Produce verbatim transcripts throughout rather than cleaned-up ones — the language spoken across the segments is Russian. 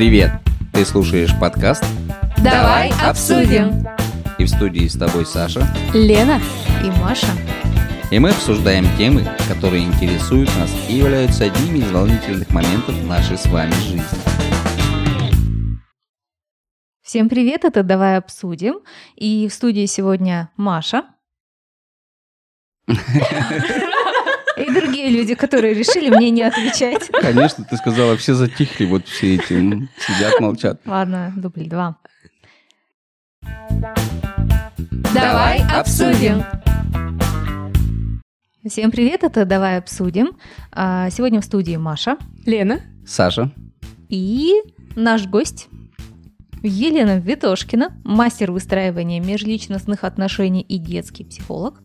Привет! Ты слушаешь подкаст «Давай обсудим». И в студии с тобой Саша, Лена и Маша. И мы обсуждаем темы, которые интересуют нас и являются одними из волнительных моментов нашей с вами жизни. Всем привет, это «Давай обсудим». И в студии сегодня Маша. И другие люди, которые решили мне не отвечать. Конечно, ты сказала, все затихли, вот все эти сидят, молчат. Ладно, дубль два. Давай обсудим. Всем привет, это «Давай обсудим». Сегодня в студии Маша, Лена, Саша и наш гость Елена Ветошкина, мастер выстраивания межличностных отношений и детский психолог,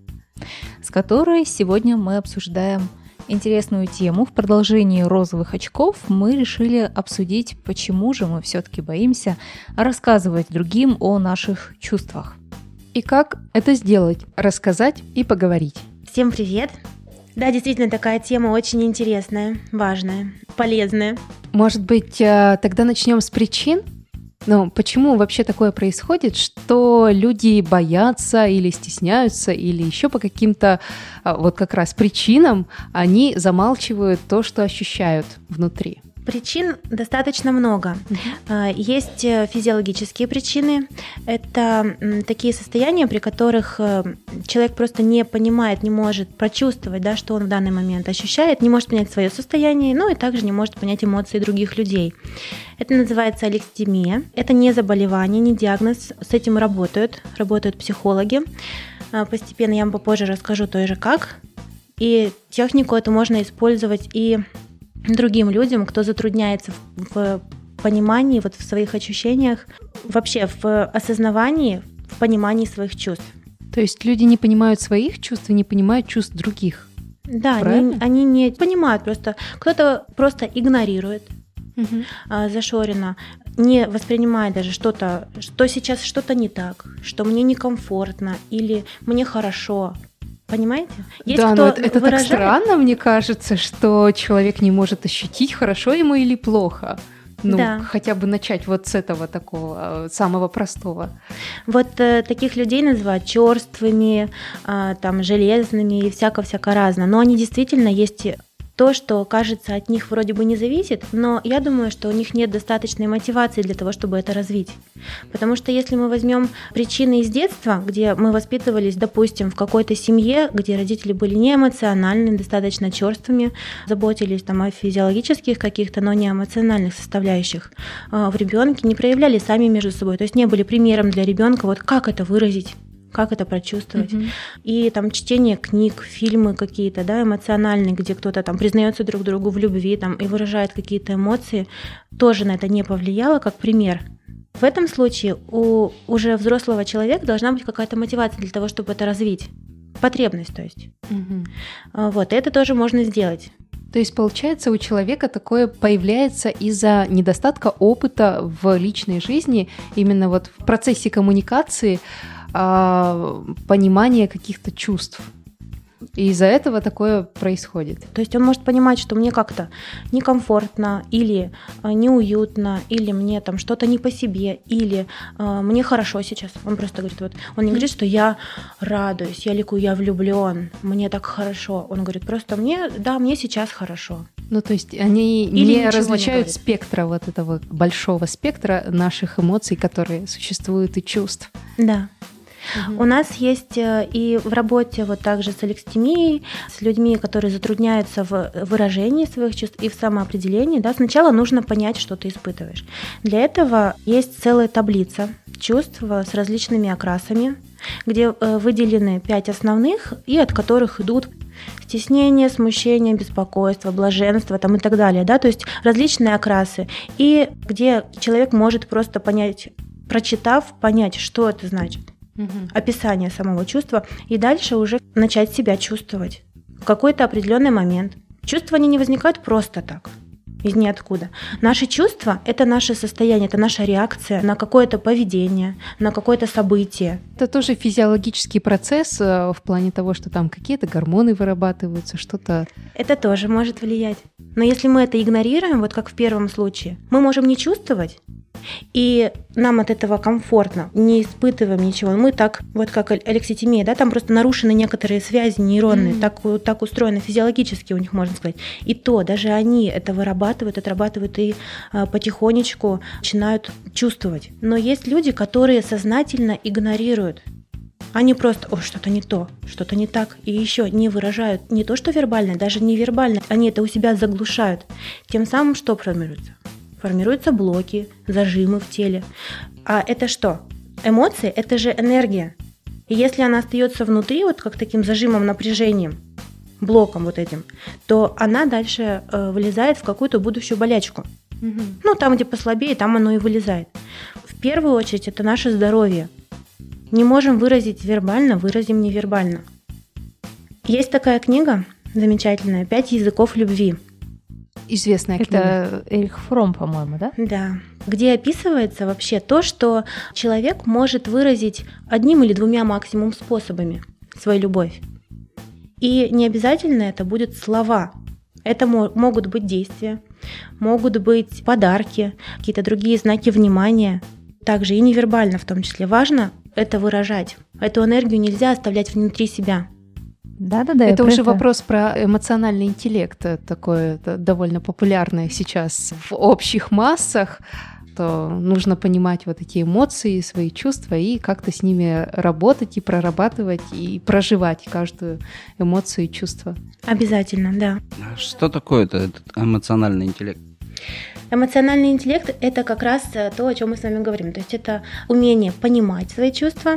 с которой сегодня мы обсуждаем интересную тему. В продолжении розовых очков мы решили обсудить, почему же мы все-таки боимся рассказывать другим о наших чувствах. и как это сделать, рассказать и поговорить. Всем привет! Да, действительно, такая тема очень интересная, важная, полезная. Может быть, тогда начнем с причин? Ну, почему вообще такое происходит, что люди боятся или стесняются, или еще по каким-то вот как раз причинам они замалчивают то, что ощущают внутри? Причин достаточно много. Uh-huh. Есть физиологические причины. Это такие состояния, при которых человек просто не понимает, не может прочувствовать, да, что он в данный момент ощущает, не может понять свое состояние, но и также не может понять эмоции других людей. Это называется алекситимия. Это не заболевание, не диагноз. С этим работают, работают психологи. Постепенно я вам попозже расскажу тоже как. И технику эту можно использовать и другим людям, кто затрудняется в, в понимании, вот в своих ощущениях, вообще в осознавании, в понимании своих чувств. То есть люди не понимают своих чувств и не понимают чувств других. Да, они, они не понимают, просто кто-то просто игнорирует, угу. а, зашоренно, не воспринимает даже что-то, что сейчас что-то не так, что мне некомфортно или мне хорошо. Понимаете? Есть да, кто но это, это выражает... так странно, мне кажется, что человек не может ощутить, хорошо ему или плохо. Ну, да. хотя бы начать вот с этого такого самого простого. Вот э, таких людей называют черствыми, э, там, железными и всяко-всяко разно. Но они действительно есть то, что, кажется, от них вроде бы не зависит, но я думаю, что у них нет достаточной мотивации для того, чтобы это развить. Потому что если мы возьмем причины из детства, где мы воспитывались, допустим, в какой-то семье, где родители были неэмоциональны, достаточно черствыми, заботились там о физиологических каких-то, но не эмоциональных составляющих, в ребенке не проявляли сами между собой, то есть не были примером для ребенка, вот как это выразить. Как это прочувствовать. Mm-hmm. И там чтение книг, фильмы какие-то, да, эмоциональные, где кто-то там признается друг другу в любви там, и выражает какие-то эмоции, тоже на это не повлияло, как пример. В этом случае у уже взрослого человека должна быть какая-то мотивация для того, чтобы это развить. Потребность, то есть. Mm-hmm. Вот, это тоже можно сделать. То есть, получается, у человека такое появляется из-за недостатка опыта в личной жизни, именно вот в процессе коммуникации, понимание каких-то чувств. И из-за этого такое происходит. То есть он может понимать, что мне как-то некомфортно, или неуютно, или мне там что-то не по себе, или э, мне хорошо сейчас. Он просто говорит, вот, он не говорит, что я радуюсь, я ликую, я влюблен, мне так хорошо. Он говорит, просто мне, да, мне сейчас хорошо. Ну, то есть они или не различают не спектра вот этого большого спектра наших эмоций, которые существуют, и чувств. Да. Угу. У нас есть и в работе вот также с алекситимией, с людьми, которые затрудняются в выражении своих чувств и в самоопределении. Да, сначала нужно понять, что ты испытываешь. Для этого есть целая таблица чувств с различными окрасами, где выделены пять основных, и от которых идут стеснение, смущение, беспокойство, блаженство там, и так далее. Да? То есть различные окрасы. И где человек может просто понять, прочитав, понять, что это значит. Угу. Описание самого чувства, и дальше уже начать себя чувствовать в какой-то определенный момент. Чувства они не возникают просто так, из ниоткуда. Наши чувства – это наше состояние, это наша реакция на какое-то поведение, на какое-то событие. Это тоже физиологический процесс в плане того, что там какие-то гормоны вырабатываются, что-то… Это тоже может влиять. Но если мы это игнорируем, вот как в первом случае, мы можем не чувствовать, и нам от этого комфортно, не испытываем ничего. Мы так, вот как алекситимия, да, там просто нарушены некоторые связи нейронные, mm-hmm. так, так устроены физиологически у них, можно сказать. И то, даже они это вырабатывают, отрабатывают и а, потихонечку начинают чувствовать. Но есть люди, которые сознательно игнорируют. Они просто, о, что-то не то, что-то не так, и еще не выражают не то, что вербально, даже не вербально, они это у себя заглушают. Тем самым что формируется? Формируются блоки, зажимы в теле. А это что? Эмоции – это же энергия. И если она остается внутри, вот как таким зажимом, напряжением, блоком вот этим, то она дальше э, вылезает в какую-то будущую болячку. Угу. Ну, там, где послабее, там оно и вылезает. В первую очередь это наше здоровье. Не можем выразить вербально, выразим невербально. Есть такая книга замечательная «Пять языков любви». Известная книга. Это Эрих Фром, по-моему, да? Да. Где описывается вообще то, что человек может выразить одним или двумя максимум способами свою любовь. И не обязательно это будут слова. Это мо- могут быть действия, могут быть подарки, какие-то другие знаки внимания. Также и невербально в том числе. Важно это выражать. Эту энергию нельзя оставлять внутри себя. Да-да-да. Это уже это... вопрос про эмоциональный интеллект. Такое это довольно популярное сейчас в общих массах. То нужно понимать вот эти эмоции, свои чувства и как-то с ними работать и прорабатывать, и проживать каждую эмоцию и чувство. Обязательно, да. Что такое это, этот эмоциональный интеллект? Эмоциональный интеллект – это как раз то, о чем мы с вами говорим. То есть это умение понимать свои чувства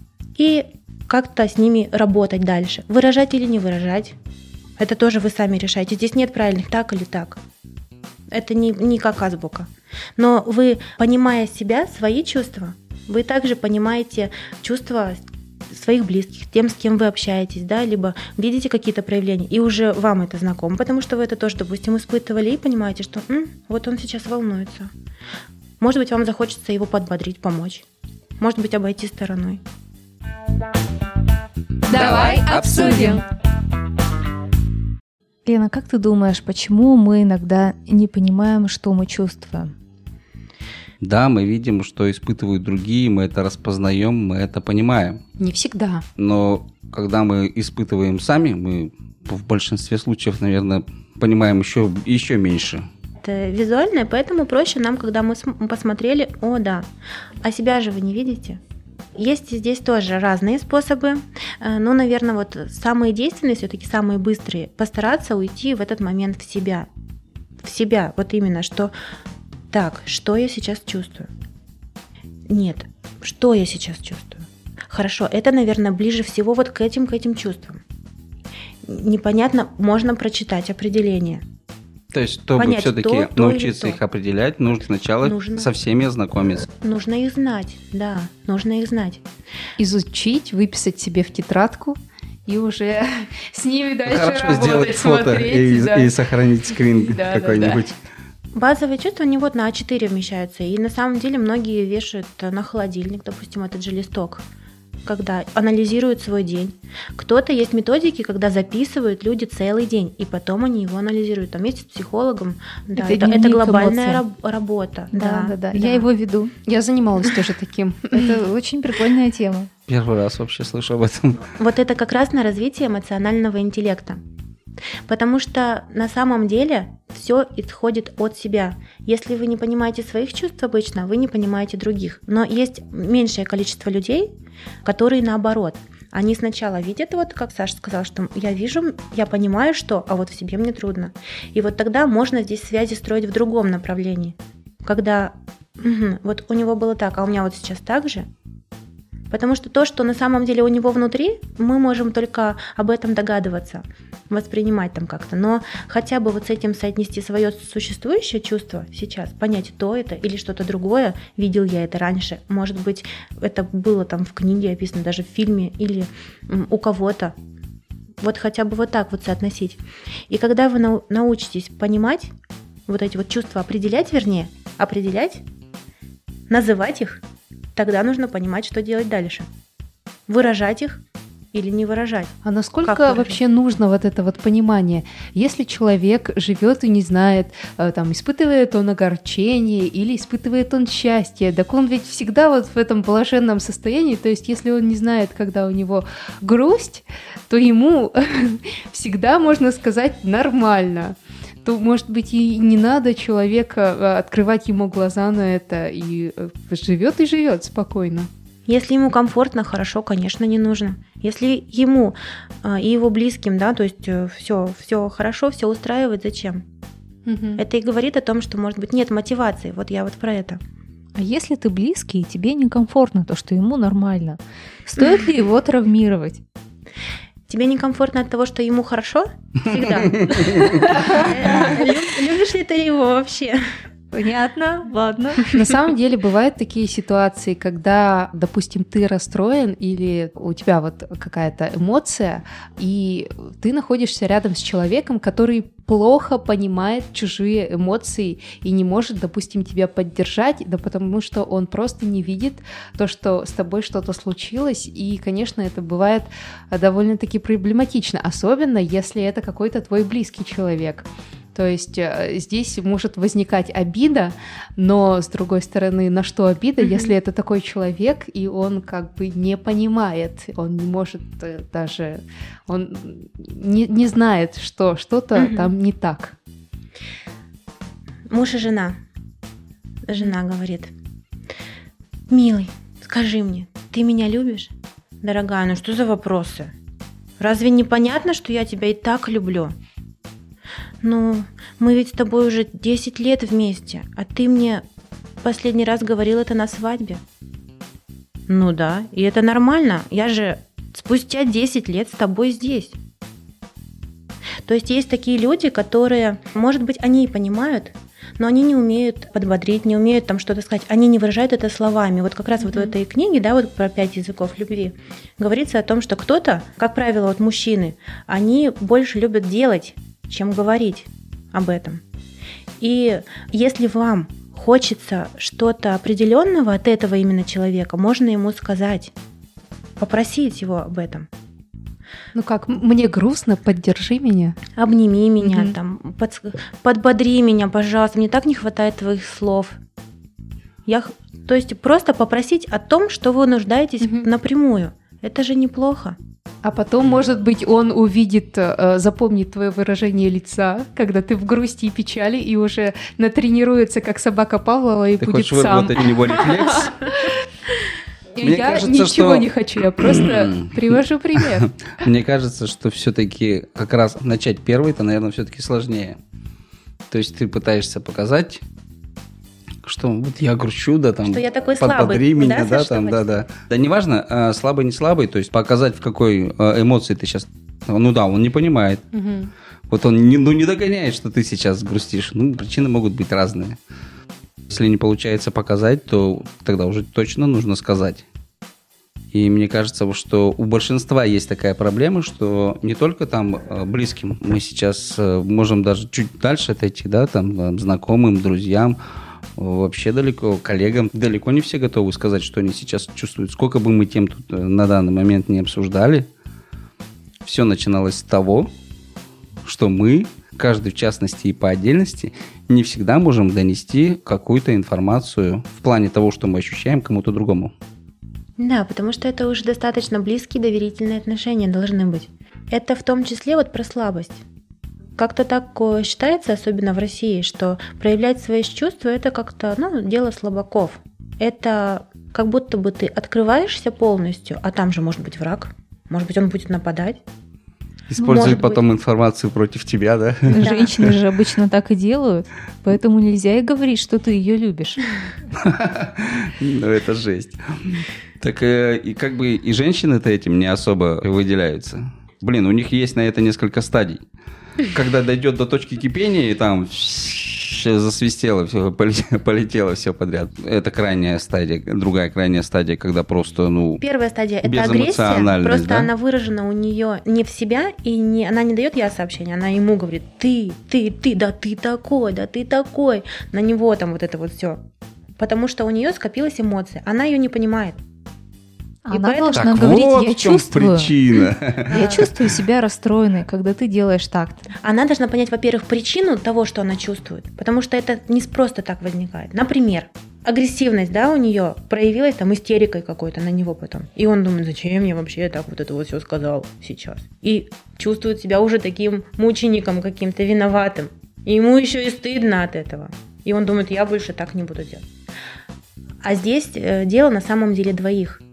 и как-то с ними работать дальше. Выражать или не выражать – это тоже вы сами решаете. Здесь нет правильных так или так. Это не, не как азбука. Но вы, понимая себя, свои чувства, вы также понимаете чувства своих близких, тем, с кем вы общаетесь, да, либо видите какие-то проявления, и уже вам это знакомо, потому что вы это тоже, допустим, испытывали и понимаете, что М, вот он сейчас волнуется. Может быть, вам захочется его подбодрить, помочь. Может быть, обойти стороной. Давай обсудим! Лена, как ты думаешь, почему мы иногда не понимаем, что мы чувствуем? Да, мы видим, что испытывают другие, мы это распознаем, мы это понимаем. Не всегда. Но когда мы испытываем сами, мы в большинстве случаев, наверное, понимаем еще, еще меньше. Это визуальное, поэтому проще нам, когда мы посмотрели, о, да, а себя же вы не видите. Есть здесь тоже разные способы, но, наверное, вот самые действенные, все-таки самые быстрые, постараться уйти в этот момент в себя. В себя, вот именно, что так, что я сейчас чувствую? Нет, что я сейчас чувствую? Хорошо, это, наверное, ближе всего вот к этим, к этим чувствам. Непонятно, можно прочитать определение. То есть, чтобы понять, все-таки то, то научиться их определять, нужно сначала нужно, со всеми ознакомиться. Нужно их знать, да, нужно их знать. Изучить, выписать себе в тетрадку и уже с ними дальше Хорошо работать, сделать фото смотреть, и, да. и сохранить скрин Да, какой-нибудь. да, Базовые чувства, они вот на а четыре вмещаются. И на самом деле многие вешают на холодильник, допустим, этот же листок, когда анализируют свой день. Кто-то есть методики, когда записывают люди целый день, и потом они его анализируют. Там есть с психологом. Да, это, это, это глобальная раб- работа. Да, да, да, да. Я его веду. Я занималась тоже таким. Это очень прикольная тема. Первый раз вообще слышу об этом. Вот это как раз на развитие эмоционального интеллекта. Потому что на самом деле все исходит от себя. Если вы не понимаете своих чувств обычно, вы не понимаете других. Но есть меньшее количество людей, которые наоборот. Они сначала видят, вот как Саша сказала, что я вижу, я понимаю, что, а вот в себе мне трудно. И вот тогда можно здесь связи строить в другом направлении. Когда угу, вот у него было так, а у меня вот сейчас так же. Потому что то, что на самом деле у него внутри, мы можем только об этом догадываться, воспринимать там как-то. Но хотя бы вот с этим соотнести свое существующее чувство сейчас, понять, то это или что-то другое, видел я это раньше. Может быть, это было там в книге описано, даже в фильме или у кого-то. Вот хотя бы вот так вот соотносить. И когда вы нау- научитесь понимать вот эти вот чувства, определять, вернее, определять, называть их, тогда нужно понимать, что делать дальше. Выражать их или не выражать. А насколько Как вообще нужно вот это вот понимание? Если человек живет и не знает, там, испытывает он огорчение или испытывает он счастье, так он ведь всегда вот в этом блаженном состоянии, то есть если он не знает, когда у него грусть, то ему всегда можно сказать нормально. То, может быть, и не надо человека открывать ему глаза на это, и живет и живет спокойно. Если ему комфортно, хорошо, конечно, не нужно. Если ему а, и его близким, да, то есть все, все хорошо, все устраивает, зачем? Угу. Это и говорит о том, что, может быть, нет мотивации. Вот я вот про это. А если ты близкий, и тебе некомфортно, то что ему нормально, стоит ли его травмировать? Тебе некомфортно от того, что ему хорошо? Всегда. Любишь ли ты его вообще? Понятно, ладно. На самом деле бывают такие ситуации, когда, допустим, ты расстроен или у тебя вот какая-то эмоция, и ты находишься рядом с человеком, который плохо понимает чужие эмоции и не может, допустим, тебя поддержать, да потому что он просто не видит то, что с тобой что-то случилось, и, конечно, это бывает довольно-таки проблематично, особенно если это какой-то твой близкий человек. То есть здесь может возникать обида, но, с другой стороны, на что обида, mm-hmm. если это такой человек, и он как бы не понимает, он не может даже, он не, не знает, что что-то mm-hmm. там не так. Муж и жена. Жена говорит: «Милый, скажи мне, ты меня любишь?» «Дорогая, ну что за вопросы? Разве не понятно, что я тебя и так люблю?» «Ну, мы ведь с тобой уже десять лет вместе, а ты мне последний раз говорил это на свадьбе». «Ну да, и это нормально, я же спустя десять лет с тобой здесь». То есть есть такие люди, которые, может быть, они и понимают, но они не умеют подбодрить, не умеют там что-то сказать, они не выражают это словами. Вот как раз mm-hmm. вот в этой книге, да, вот про пять языков любви, говорится о том, что кто-то, как правило, вот мужчины, они больше любят делать, чем говорить об этом. И если вам хочется что-то определенного от этого именно человека, можно ему сказать, попросить его об этом. Ну как, мне грустно, поддержи меня. Обними меня, mm-hmm. там, под, подбодри меня, пожалуйста, мне так не хватает твоих слов. Я, то есть просто попросить о том, что вы нуждаетесь mm-hmm. напрямую. Это же неплохо. А потом, может быть, он увидит, запомнит твое выражение лица, когда ты в грусти и печали, и уже натренируется, как собака Павлова, и ты будет сам. Ты хочешь выработать у него рефлекс? Мне я кажется, ничего что... не хочу, я просто привожу пример. Мне кажется, что все-таки как раз начать первый, это, наверное, все-таки сложнее. То есть ты пытаешься показать, что вот я грущу, да, там, что я такой подбодри слабый, меня, да, да, там, да, да. Да, неважно, слабый, не слабый, то есть показать, в какой эмоции ты сейчас, ну да, он не понимает. Угу. Вот он не, ну, не догоняет, что ты сейчас грустишь. Ну, причины могут быть разные. Если не получается показать, то тогда уже точно нужно сказать. И мне кажется, что у большинства есть такая проблема, что не только там близким, мы сейчас можем даже чуть дальше отойти, да, там знакомым, друзьям, вообще далеко, коллегам. Далеко не все готовы сказать, что они сейчас чувствуют. Сколько бы мы тем тут на данный момент не обсуждали, все начиналось с того, что мы, каждый в частности и по отдельности, не всегда можем донести какую-то информацию в плане того, что мы ощущаем, кому-то другому. Да, потому что это уже достаточно близкие доверительные отношения должны быть. Это в том числе вот про слабость. Как-то так считается, особенно в России, что проявлять свои чувства – это как-то, ну, дело слабаков. Это как будто бы ты открываешься полностью, а там же может быть враг, может быть, он будет нападать. Используют потом быть. Информацию против тебя, да? Женщины же обычно так и делают, поэтому нельзя и говорить, что ты ее любишь. Ну, это жесть. Так и как бы и женщины-то этим не особо выделяются. Блин, у них есть на это несколько стадий. Когда дойдет до точки кипения, и там засвистело, все, полетело все подряд. Это крайняя стадия. Другая крайняя стадия, когда просто, ну, первая стадия – это агрессия, просто да? Она выражена у нее не в себя, и не, она не дает я сообщение, она ему говорит: ты, ты, ты, да ты такой, да ты такой. На него там вот это вот все. Потому что у нее скопилась эмоция, она ее не понимает. Она поэтому- должна Так говорить, вот я в чем чувствую. причина. Я чувствую себя расстроенной, когда ты делаешь так-то. Она должна понять, во-первых, причину того, что она чувствует, потому что это не просто так возникает. Например, агрессивность, да, у нее проявилась там истерикой какой-то на него потом. И он думает, зачем я вообще так вот это вот все сказал сейчас. И чувствует себя уже таким мучеником каким-то, виноватым. И ему еще и стыдно от этого. И он думает, я больше так не буду делать. А здесь э, дело на самом деле двоих.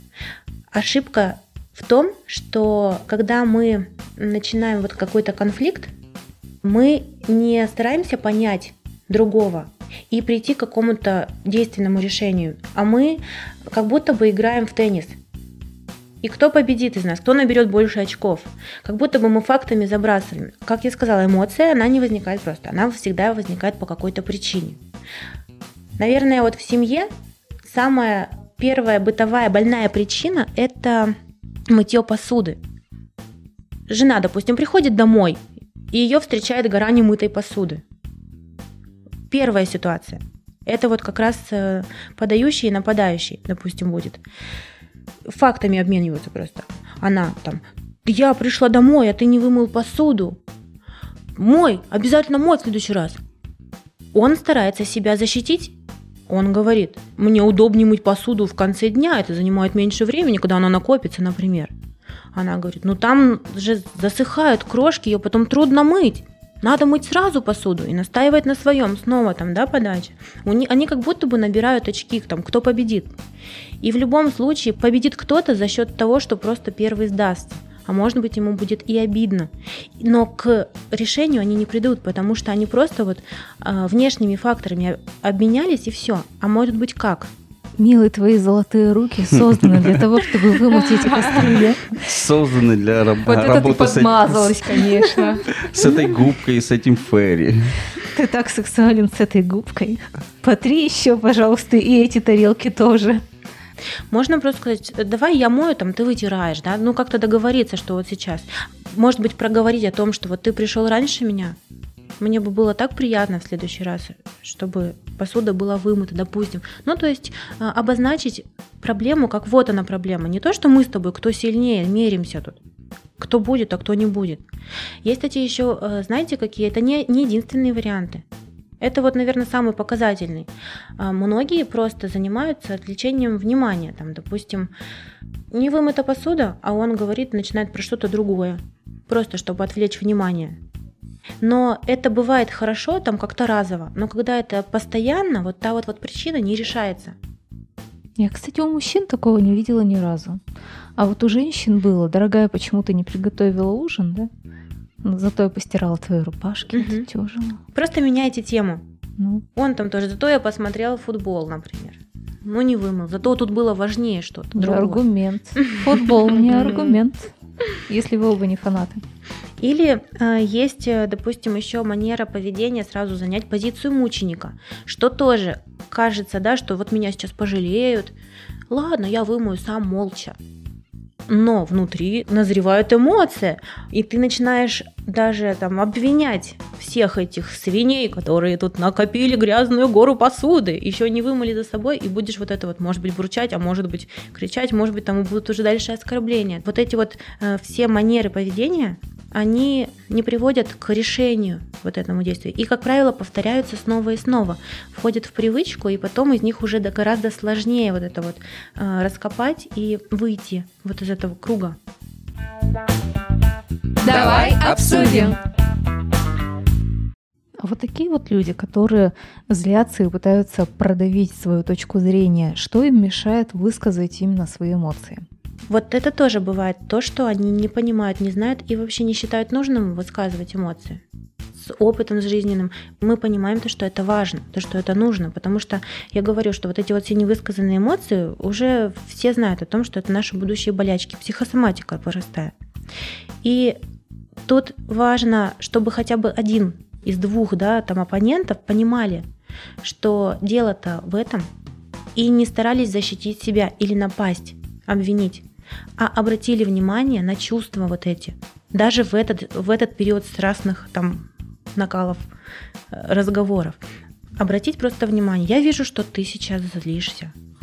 Ошибка в том, что когда мы начинаем вот какой-то конфликт, мы не стараемся понять другого и прийти к какому-то действенному решению, а мы как будто бы играем в теннис. И кто победит из нас, кто наберет больше очков, как будто бы мы фактами забрасываем. Как я сказала, эмоция, она не возникает просто, она всегда возникает по какой-то причине. Наверное, вот в семье самая первая бытовая больная причина – это мытье посуды. Жена, допустим, приходит домой, и ее встречает гора немытой посуды. Первая ситуация. Это вот как раз подающий и нападающий, допустим, будет. Фактами обмениваются просто. Она там, я пришла домой, а ты не вымыл посуду. Мой, обязательно мой в следующий раз. Он старается себя защитить. Он говорит, мне удобнее мыть посуду в конце дня, это занимает меньше времени, когда она накопится, например. Она говорит, ну там же засыхают крошки, ее потом трудно мыть. Надо мыть сразу посуду и настаивать на своем снова там, да, подача. Они как будто бы набирают очки, там, кто победит. И в любом случае победит кто-то за счет того, что просто первый сдастся. А может быть, ему будет и обидно. Но к решению они не придут, потому что они просто вот э, внешними факторами обменялись и все. А может быть как? Милые твои золотые руки созданы для того, чтобы вымыть эти кастрюли. Созданы для раб- Вот это ты работы с, подмазалась, конечно. с этой губкой и с этим ферри. Ты так сексуален с этой губкой. Потри еще, пожалуйста, и эти тарелки тоже. Можно просто сказать, давай я мою, там, ты вытираешь, да, ну как-то договориться, что вот сейчас. Может быть, проговорить о том, что вот ты пришел раньше меня, мне бы было так приятно в следующий раз, чтобы посуда была вымыта, допустим. Ну, то есть обозначить проблему, как вот она проблема. Не то, что мы с тобой, кто сильнее, меримся тут. Кто будет, а кто не будет. Есть, кстати, еще, знаете, какие? Это не, не единственные варианты. Это вот, наверное, самый показательный. Многие просто занимаются отвлечением внимания. Там, допустим, не вымыта посуда, а он говорит, начинает про что-то другое. Просто чтобы отвлечь внимание. Но это бывает хорошо, там как-то разово. Но когда это постоянно, вот та вот, вот причина не решается. Я, кстати, у мужчин такого не видела ни разу. А вот у женщин было, дорогая, почему ты не приготовила ужин, да? Но зато я постирала твои рубашки, Мгм. отутюжила. Просто меняйте тему. Ну, Он там тоже, зато я посмотрел футбол, например. Ну, не вымыл. Зато тут было важнее что-то другое. аргумент. Футбол не аргумент, если вы оба не фанаты. Или э, есть, э, допустим, еще манера поведения сразу занять позицию мученика, что тоже кажется, да, что вот меня сейчас пожалеют. Ладно, я вымою сам молча. Но внутри назревают эмоции, и ты начинаешь даже там обвинять всех этих свиней, которые тут накопили грязную гору посуды, еще не вымыли за собой, и будешь вот это вот, может быть, бурчать, а может быть, кричать, может быть, там будут уже дальше оскорбления. Вот эти вот э, все манеры поведения, они не приводят к решению вот этому действию. И, как правило, повторяются снова и снова, входят в привычку, и потом из них уже гораздо сложнее вот это вот э, раскопать и выйти вот из этого круга. Давай обсудим. А вот такие вот люди, которые злятся и пытаются продавить свою точку зрения, что им мешает высказать именно свои эмоции? Вот это тоже бывает, то, что они не понимают, не знают и вообще не считают нужным высказывать эмоции. С опытом, с жизненным мы понимаем то, что это важно, то, что это нужно, потому что я говорю, что вот эти вот все невысказанные эмоции уже все знают о том, что это наши будущие болячки, психосоматика простая. И тут важно, чтобы хотя бы один из двух, да, там, оппонентов понимали, что дело-то в этом, и не старались защитить себя или напасть, обвинить, а обратили внимание на чувства вот эти. Даже в этот, в этот период страстных там накалов, разговоров. Обратить просто внимание. Я вижу, что ты сейчас злишься.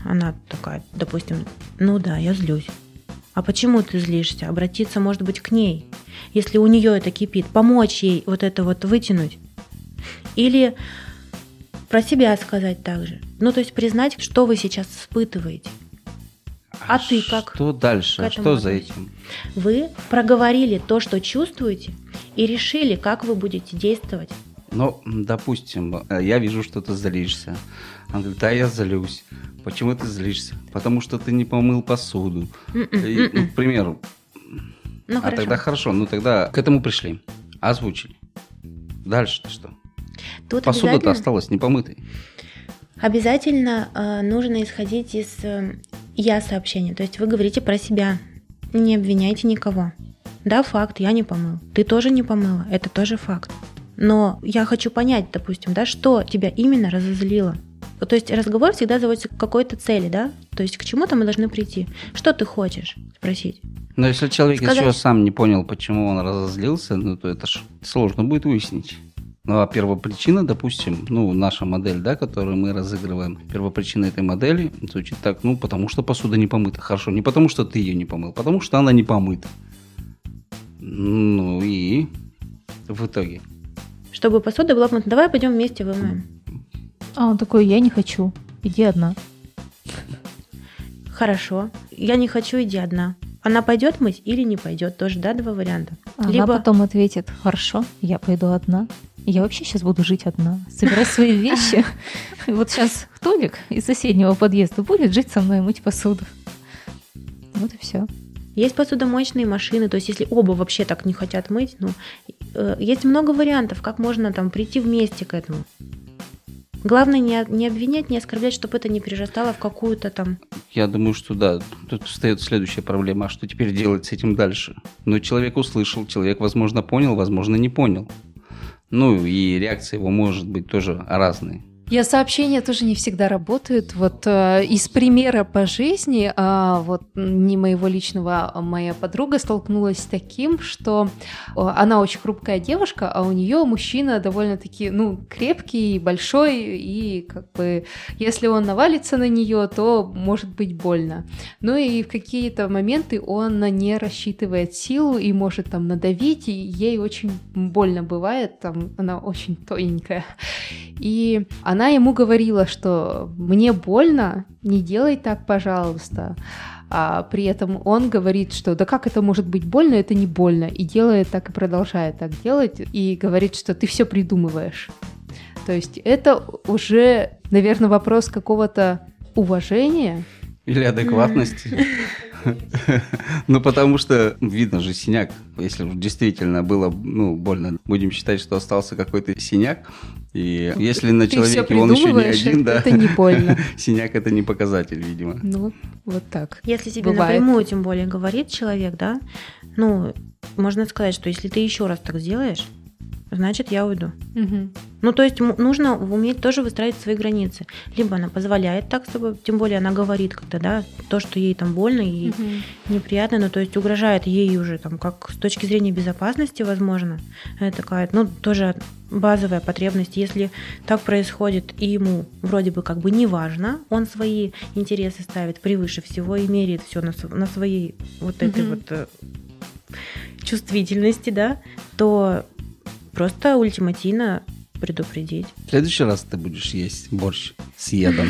Она такая, допустим, ну да, я злюсь. А почему ты злишься? Обратиться, может быть, к ней. Если у нее это кипит, помочь ей вот это вот вытянуть. Или про себя сказать также. Ну, то есть признать, что вы сейчас испытываете. А, а ты как? Что дальше? Что за этим? Вы проговорили то, что чувствуете, и решили, как вы будете действовать. Ну, допустим, я вижу, что ты злишься. Она говорит, да, я злюсь. Почему ты злишься? Потому что ты не помыл посуду. И, ну, к примеру. Ну, а хорошо. тогда хорошо, ну тогда к этому пришли. Озвучили. Дальше-то что? Тут Посуда-то обязательно... осталась непомытой. Обязательно э, нужно исходить из э, я-сообщения. То есть вы говорите про себя. Не обвиняйте никого. Да, факт, я не помыл. Ты тоже не помыла. Это тоже факт. Но я хочу понять, допустим, да, что тебя именно разозлило. То есть разговор всегда заводится к какой-то цели, да? То есть к чему-то мы должны прийти. Что ты хочешь спросить? Но если человек Сказать... еще сам не понял, почему он разозлился, ну то это ж сложно будет выяснить. Ну а первопричина, допустим, ну наша модель, да, которую мы разыгрываем, первопричина этой модели звучит так, ну потому что посуда не помыта. Хорошо, не потому что ты ее не помыл, потому что она не помыта. Ну и в итоге. Чтобы посуда была помыта. Давай пойдем вместе вымоем. А он такой, я не хочу, иди одна. Хорошо, я не хочу, иди одна. Она пойдет мыть или не пойдет? Тоже, да, два варианта. Она Либо... потом ответит, хорошо, я пойду одна. Я вообще сейчас буду жить одна. Собирай свои вещи. Вот сейчас Толик из соседнего подъезда будет жить со мной и мыть посуду. Вот и все. Есть посудомоечные машины, то есть если оба вообще так не хотят мыть, ну, э, есть много вариантов, как можно там прийти вместе к этому. Главное не, не обвинять, не оскорблять, чтобы это не перерастало в какую-то там... Я думаю, что да, тут встает следующая проблема, а что теперь делать с этим дальше? Ну, человек услышал, человек, возможно, понял, возможно, не понял. Ну, и реакция его может быть тоже разной. Я сообщения тоже не всегда работают. Вот э, из примера по жизни, э, вот не моего личного, а моя подруга столкнулась с таким, что э, она очень хрупкая девушка, а у нее мужчина довольно-таки, ну, крепкий, большой, и как бы если он навалится на нее, то может быть больно. Ну и в какие-то моменты он не рассчитывает силу и может там надавить, и ей очень больно бывает, там она очень тоненькая. И она ему говорила, что мне больно, не делай так, пожалуйста. А при этом он говорит, что да как это может быть больно, это не больно. И делает так, и продолжает так делать. И говорит, что ты все придумываешь. То есть это уже, наверное, вопрос какого-то уважения. Или адекватности. Ну, потому что видно же синяк. Если действительно было, ну, больно, будем считать, что остался какой-то синяк. И если на человеке он еще не один, да, это не больно. Синяк это не показатель, видимо. Ну, вот так. Если тебе бывает. Напрямую, тем более, говорит человек, да, ну, можно сказать, что если ты еще раз так сделаешь, значит, я уйду. Угу. Ну, то есть нужно уметь тоже выстраивать свои границы. Либо она позволяет так с тобой, тем более она говорит как-то, да, то, что ей там больно и угу. неприятно, ну, то есть угрожает ей уже там, как с точки зрения безопасности, возможно, это такая, ну, тоже базовая потребность. Если так происходит, и ему вроде бы как бы не важно, он свои интересы ставит превыше всего и меряет все на, на своей вот этой угу. вот чувствительности, да, то просто ультимативно предупредить. В следующий раз ты будешь есть борщ с едом.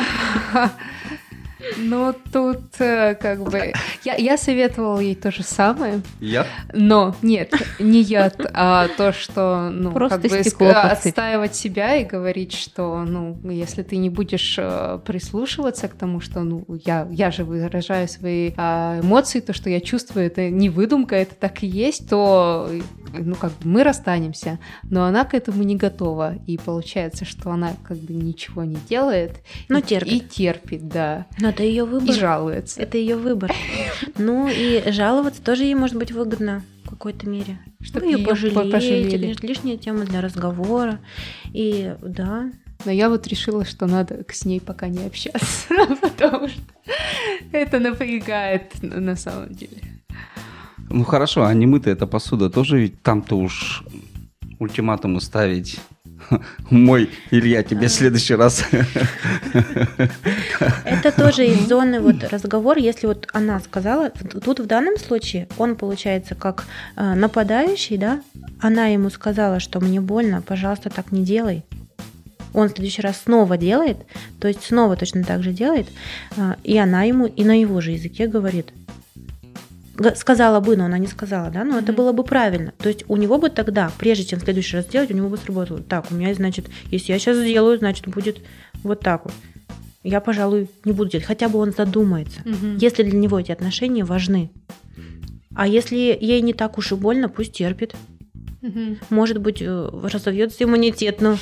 Ну, тут э, как бы... Я, я советовала ей то же самое. Яд? Но нет, не яд, а то, что, ну, Просто как бы стекло ск- подсыпь. отстаивать себя и говорить, что, ну, если ты не будешь э, прислушиваться к тому, что, ну, я, я же выражаю свои э, эмоции, то, что я чувствую, это не выдумка, это так и есть, то, ну, как бы мы расстанемся. Но она к этому не готова. И получается, что она как бы ничего не делает. Но и, терпит. И терпит, да. Но это ее выбор. И жалуется. Это ее выбор. Ну и жаловаться тоже ей может быть выгодно в какой-то мере. Чтобы Вы ее её пожалеете, пожалели. лиш- лишняя тема для разговора. И да. Но я вот решила, что надо с ней пока не общаться, потому что это напрягает на на самом деле. Ну хорошо, а немытая эта посуда тоже ведь там-то уж ультиматумы ставить мой Илья тебе в следующий раз. Это тоже из зоны вот разговора. Если вот она сказала, тут в данном случае он получается как нападающий, да? Она ему сказала, что мне больно, пожалуйста, так не делай. Он в следующий раз снова делает, то есть снова точно так же делает, и она ему и на его же языке говорит. Сказала бы, но она не сказала, да, но mm-hmm. это было бы правильно. То есть у него бы тогда, прежде чем в следующий раз делать, у него бы сработало. Так, у меня, значит, если я сейчас сделаю, значит, будет вот так вот. Я, пожалуй, не буду делать. Хотя бы он задумается, mm-hmm. если для него эти отношения важны. А если ей не так уж и больно, пусть терпит. Угу. Может быть, разовьется иммунитет, но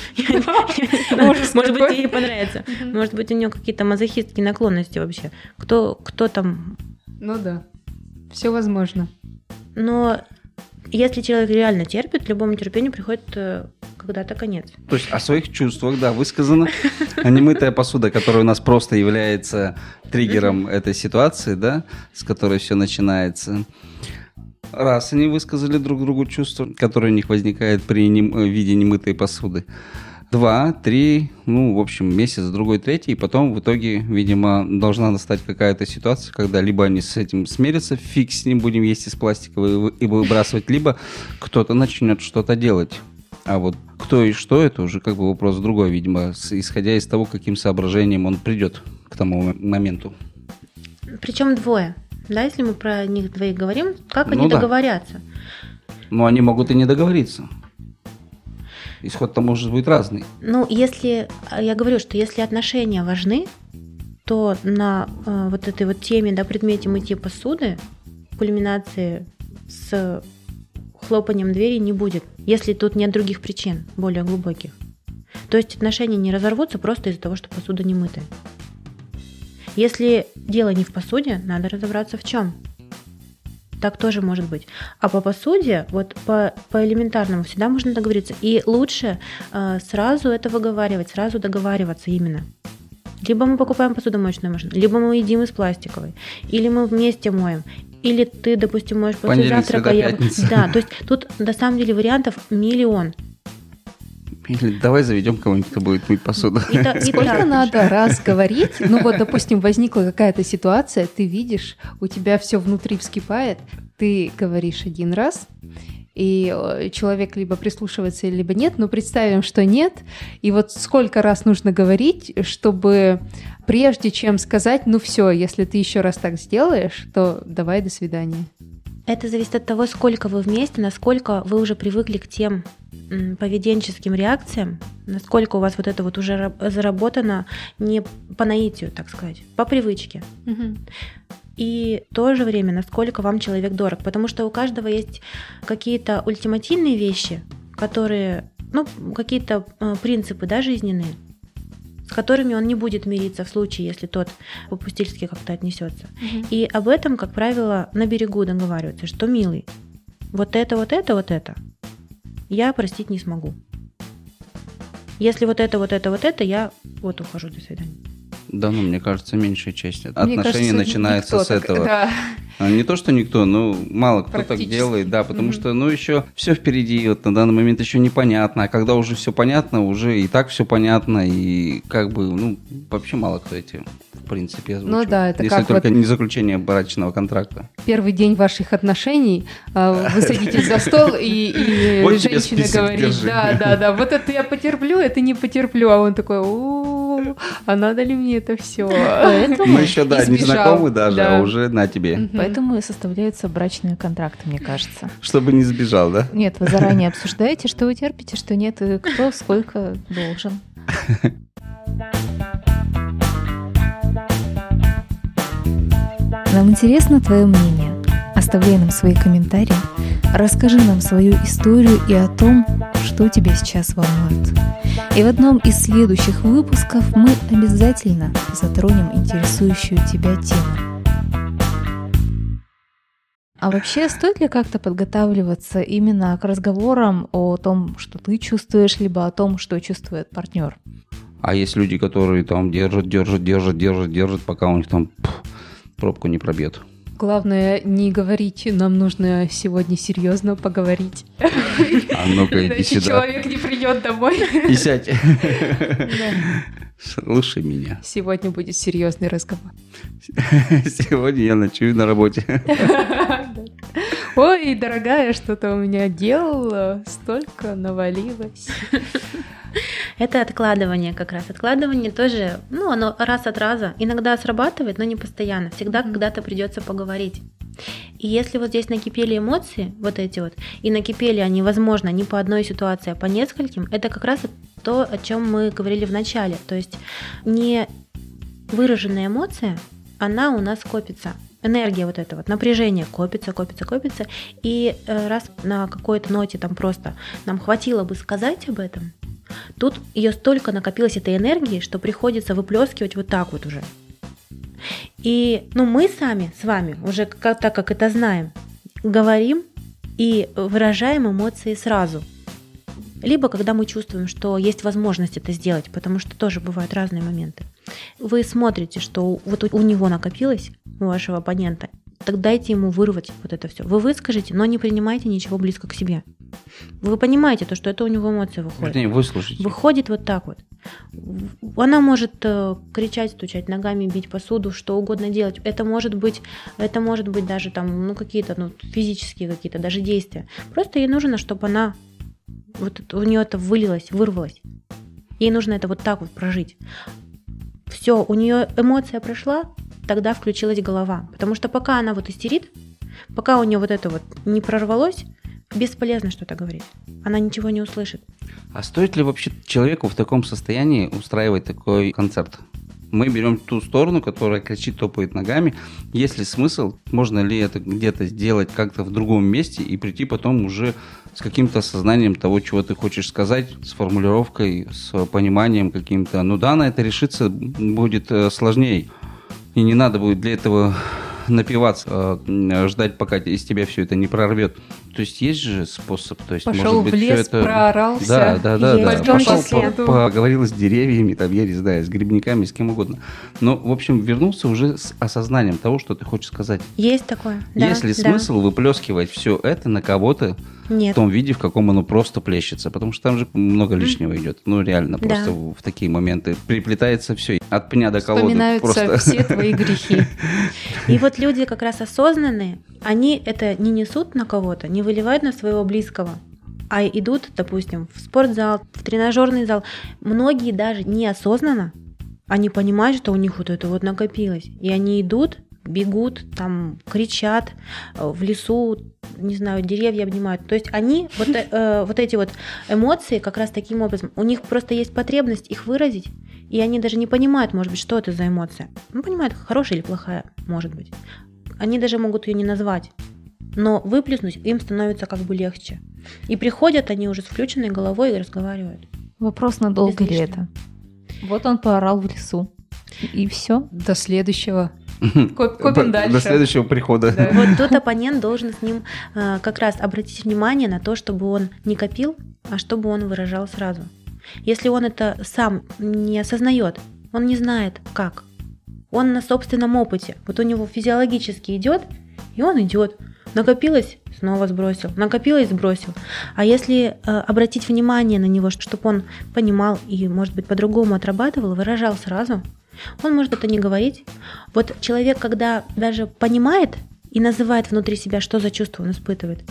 может быть, ей понравится. Может быть, у нее какие-то мазохистские наклонности вообще. Кто, кто там? Ну да, все возможно. Но если человек реально терпит, любому терпению приходит когда-то конец. То есть о своих чувствах, да, высказано. А немытая посуда, которая у нас просто является триггером этой ситуации, да, с которой все начинается. Раз они высказали друг другу чувства, которые у них возникают при нем, виде немытой посуды. Два, три, ну, в общем, месяц, другой, третий. И потом в итоге, видимо, должна настать какая-то ситуация, когда либо они с этим смирятся, фиг с ним, будем есть из пластикового и выбрасывать, либо кто-то начнет что-то делать. А вот кто и что, это уже как бы вопрос другой, видимо, исходя из того, каким соображением он придет к тому моменту. Причем двое. Да, если мы про них двоих говорим, как ну они да. договорятся? Ну, они могут и не договориться. Исход-то может быть разный. Ну, если, я говорю, что если отношения важны, то на э, вот этой вот теме, да, предмете мытья посуды, кульминации с хлопанием двери не будет, если тут нет других причин, более глубоких. То есть отношения не разорвутся просто из-за того, что посуда не мытая. Если дело не в посуде, надо разобраться в чем. Так тоже может быть. А по посуде, вот по, по элементарному всегда можно договориться. И лучше э, сразу это выговаривать, сразу договариваться именно. Либо мы покупаем посудомоечную машину, либо мы едим из пластиковой, или мы вместе моем, или ты, допустим, моешь после завтрака. Я... Да, то есть тут на самом деле вариантов миллион. Или давай заведем кого-нибудь, кто будет мыть посуду. И та, и Сколько так. надо раз говорить? Ну вот, допустим, возникла какая-то ситуация, ты видишь, у тебя все внутри вскипает, ты говоришь один раз, и человек либо прислушивается, либо нет, но представим, что нет. И вот сколько раз нужно говорить, чтобы прежде чем сказать, ну все, если ты еще раз так сделаешь, то давай, до свидания. Это зависит от того, сколько вы вместе, насколько вы уже привыкли к тем поведенческим реакциям, насколько у вас вот это вот уже заработано не по наитию, так сказать, по привычке. Угу. И в то же время, насколько вам человек дорог, потому что у каждого есть какие-то ультимативные вещи, которые, ну, какие-то принципы, да, жизненные, с которыми он не будет мириться в случае, если тот по-пустительски как-то отнесется. Угу. И об этом, как правило, на берегу договариваются, что, милый, вот это, вот это, вот это я простить не смогу. Если вот это, вот это, вот это, я вот ухожу, до свидания. Да, ну, мне кажется, меньшая часть отношений начинается с так, этого. Да. Не то, что никто, но мало кто так делает, да, потому mm-hmm. что, ну, еще все впереди, вот на данный момент еще непонятно, а когда уже все понятно, уже и так все понятно, и как бы, ну, вообще мало кто эти, в принципе, озвучивает. Ну да, это если как только вот не заключение брачного контракта. Первый день ваших отношений, вы садитесь за стол, и женщина говорит, да, да, да, вот это я потерплю, это не потерплю, а он такой, у а надо ли мне это все? Мы еще, да, не знакомы даже, а уже на тебе. Поэтому и составляются брачные контракты, мне кажется. Чтобы не сбежал, да? Нет, вы заранее обсуждаете, что вы терпите, что нет, и кто сколько должен. Нам интересно твое мнение. Оставляй нам свои комментарии. Расскажи нам свою историю и о том, что тебя сейчас волнует. И в одном из следующих выпусков мы обязательно затронем интересующую тебя тему. А вообще, стоит ли как-то подготавливаться именно к разговорам о том, что ты чувствуешь, либо о том, что чувствует партнер? А есть люди, которые там держат, держат, держат, держат, держат, пока у них там пфф, пробку не пробьет. Главное не говорить, нам нужно сегодня серьезно поговорить. А ну-ка, иди сюда. Человек не придет домой. И сядь. Слушай меня. Сегодня будет серьезный разговор. Сегодня я ночую на работе. Ой, дорогая, что-то у меня делала, столько навалилось. Это откладывание как раз. Откладывание тоже, ну, оно раз от раза. Иногда срабатывает, но не постоянно. Всегда когда-то придется поговорить. И если вот здесь накипели эмоции, вот эти вот, и накипели они, возможно, не по одной ситуации, а по нескольким, это как раз то, о чем мы говорили в начале. То есть не выраженная эмоция, она у нас копится. Энергия вот эта вот, напряжение копится, копится, копится. И раз на какой-то ноте там просто нам хватило бы сказать об этом, тут ее столько накопилось этой энергии, что приходится выплескивать вот так вот уже. И ну, мы сами с вами, уже как, так как это знаем, говорим и выражаем эмоции сразу. Либо когда мы чувствуем, что есть возможность это сделать, потому что тоже бывают разные моменты. Вы смотрите, что вот у него накопилось, у вашего оппонента, так дайте ему вырвать вот это все. Вы выскажите, но не принимайте ничего близко к себе. Вы понимаете, то, что это у него эмоции выходят. Вернее, выслушайте. Выходит вот так вот. Она может э, кричать, стучать ногами, бить посуду, что угодно делать. Это может быть, это может быть даже там, ну, какие-то ну, физические какие-то даже действия. Просто ей нужно, чтобы она вот у нее это вылилось, вырвалось. Ей нужно это вот так вот прожить. Все, у нее эмоция прошла, тогда включилась голова. Потому что пока она вот истерит, пока у нее вот это вот не прорвалось, бесполезно что-то говорить. Она ничего не услышит. А стоит ли вообще человеку в таком состоянии устраивать такой концерт? Мы берем ту сторону, которая кричит, топает ногами. Есть ли смысл? Можно ли это где-то сделать как-то в другом месте и прийти потом уже с каким-то осознанием того, чего ты хочешь сказать, с формулировкой, с пониманием каким-то? Ну да, на это решиться будет сложнее. И не надо будет для этого напиваться, ждать, пока из тебя все это не прорвет. То есть есть же способ. То есть, пошел может быть, в лес, все это... проорался. Да, да, да. Есть, да. Пошел, числе. по- поговорил с деревьями, там, я не знаю, с грибниками, с кем угодно. Но, в общем, вернулся уже с осознанием того, что ты хочешь сказать. Есть такое. Да, Есть ли да. смысл выплескивать все это на кого-то Нет. в том виде, в каком оно просто плещется? Потому что там же много лишнего идет. Ну, реально, Да. просто в в такие моменты приплетается все. От пня до колоды. Вспоминаются Просто... все твои грехи. И вот люди как раз осознанные, они это не несут на кого-то, не выливают на своего близкого, а идут, допустим, в спортзал, в тренажерный зал. Многие даже неосознанно, они понимают, что у них вот это вот накопилось. И они идут, бегут, там, кричат, в лесу, не знаю, деревья обнимают. То есть они, вот, э, вот эти вот эмоции как раз таким образом, у них просто есть потребность их выразить, и они даже не понимают, может быть, что это за эмоция. Ну, понимают, хорошая или плохая, может быть. Они даже могут ее не назвать. Но выплеснуть им становится как бы легче. И приходят они уже с включенной головой и разговаривают. Вопрос, надолго ли Излишне. это? Вот он поорал в лесу. И все. До следующего. Коп- Копим дальше. До следующего прихода. Да. Вот тут оппонент должен с ним э, как раз обратить внимание на то, чтобы он не копил, а чтобы он выражал сразу. Если он это сам не осознает, он не знает как. Он на собственном опыте. Вот у него физиологически идет, и он идет. Накопилось, снова сбросил. Накопилось, сбросил. А если э, обратить внимание на него, чтобы он понимал и, может быть, по-другому отрабатывал, выражал сразу, он может это не говорить. Вот человек, когда даже понимает и называет внутри себя, что за чувство он испытывает,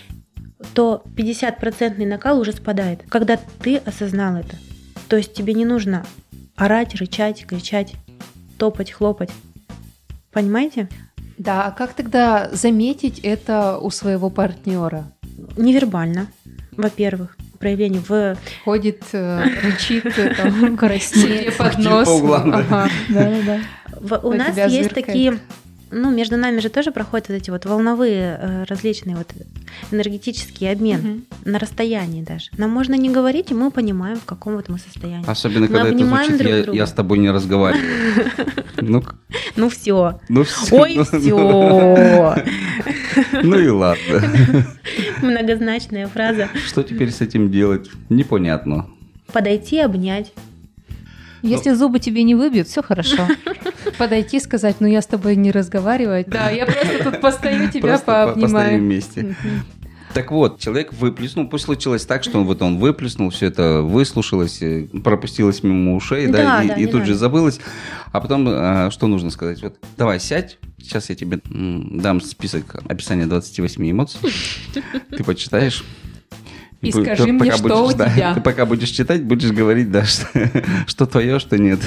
то пятидесятипроцентный накал уже спадает, когда ты осознал это. То есть тебе не нужно орать, рычать, кричать, топать, хлопать. Понимаете? Да, а как тогда заметить это у своего партнера? Невербально, во-первых, проявление в... Ходит, э, рычит, э, там, Краснеет. себе под Кричит нос. по углам, да. Ага. Да-да-да. в- у На нас тебя есть зыркает. такие... Ну, между нами же тоже проходят вот эти вот волновые э, различные вот энергетический обмен Мгм. на расстоянии даже. Нам можно не говорить, и мы понимаем, в каком вот мы состоянии. Особенно, Мы когда это обнимаем звучит, друг я, друга. я с тобой не разговариваю. Ну, Ну все. ну все. Ой, ну, все. Ну и ладно. Многозначная фраза. Что теперь с этим делать? Непонятно. Подойти, обнять. Если зубы тебе не выбьют, все хорошо. Подойти, сказать, ну я с тобой не разговаривать. Да, я просто тут постою, тебя Просто пообнимаю. постоим вместе. Так вот, человек выплеснул, пусть случилось так, что он вот он выплеснул, все это выслушалось, пропустилось мимо ушей, да, Да, и, да, и не тут же надо. забылось. А потом, а, что нужно сказать? Вот, давай, сядь, сейчас я тебе м, дам список описания двадцати восьми эмоций, ты почитаешь. И бу- скажи ты мне, пока что будешь, у да, тебя. Ты пока будешь читать, будешь говорить, да, что, что твое, что нет.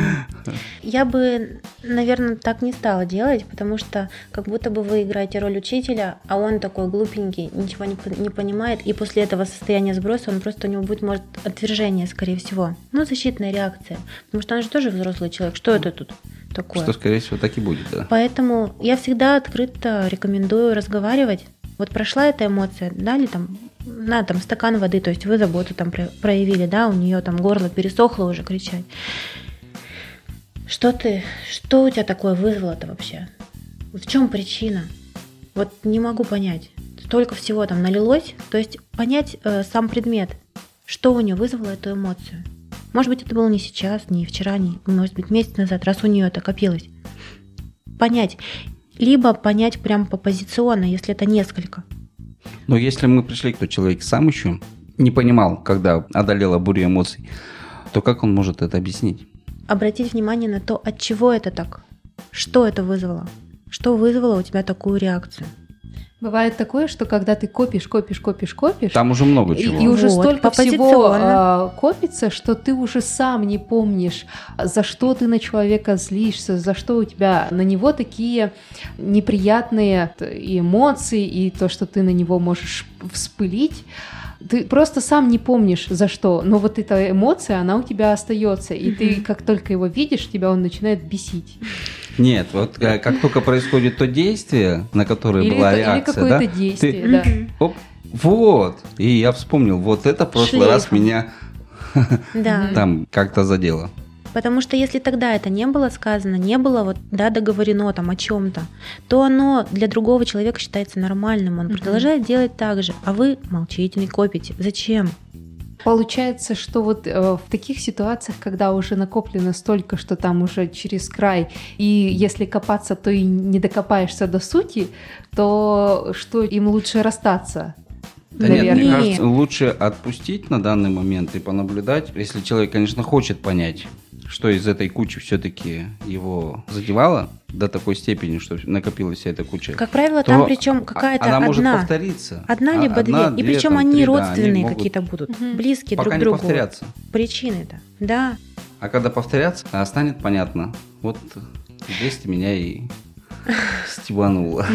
Я бы, наверное, так не стала делать, потому что как будто бы вы играете роль учителя, а он такой глупенький, ничего не, по- не понимает, и после этого состояния сброса он просто у него будет, может, отвержение, скорее всего. Ну, защитная реакция. Потому что он же тоже взрослый человек. Что это тут такое? Что, скорее всего, так и будет, да. Поэтому я всегда открыто рекомендую разговаривать. Вот прошла эта эмоция, дали там, на там стакан воды, то есть вы заботу там про- проявили, да, у нее там горло пересохло уже кричать. Что ты, что у тебя такое вызвало-то вообще? В чем причина? Вот не могу понять. Столько всего там налилось, то есть понять э, сам предмет, что у нее вызвало эту эмоцию. Может быть, это было не сейчас, не вчера, не, может быть, месяц назад, раз у нее это копилось. Понять. Либо понять прям по позиционно, если это несколько. Но если мы пришли, кто человек сам еще не понимал, когда одолела буря эмоций, то как он может это объяснить? Обратить внимание на то, от чего это так. Что это вызвало? Что вызвало у тебя такую реакцию? Бывает такое, что когда ты копишь, копишь, копишь, копишь, Там уже много и, чего. и уже Вот, столько по всего позиционно. а, копится, что ты уже сам не помнишь, за что ты на человека злишься, за что у тебя на него такие неприятные и эмоции, и то, что ты на него можешь вспылить. Ты просто сам не помнишь, за что, но вот эта эмоция, она у тебя остается, и ты, как только его видишь, тебя он начинает бесить. Нет, вот э, как только происходит то действие, на которое Или, была это- или реакция, какое-то да, действие, ты- да. оп, вот, и я вспомнил, вот это в прошлый раз Шлейфом. меня Да. там как-то задело. Потому что если тогда это не было сказано, не было вот, да, договорено там о чем-то, то оно для другого человека считается нормальным. Он Мгм. продолжает делать так же, а вы молчите, не копите. Зачем? Получается, что вот э, в таких ситуациях, когда уже накоплено столько, что там уже через край, и если копаться, то и не докопаешься до сути, то что им лучше расстаться? Да нет, мне Наверное. кажется, лучше отпустить на данный момент и понаблюдать, если человек, конечно, хочет понять, что из этой кучи все-таки его задевало до такой степени, что накопилась вся эта куча. Как правило, то там причем какая-то она может одна. повториться. Одна А- либо одна, две. И две, причем там, они три, да, они родственные могут какие-то будут, Мгм. близкие пока друг к не другу. повторяться. Причины-то. Да. А когда повторятся, а станет понятно. Вот здесь ты меня и стебануло.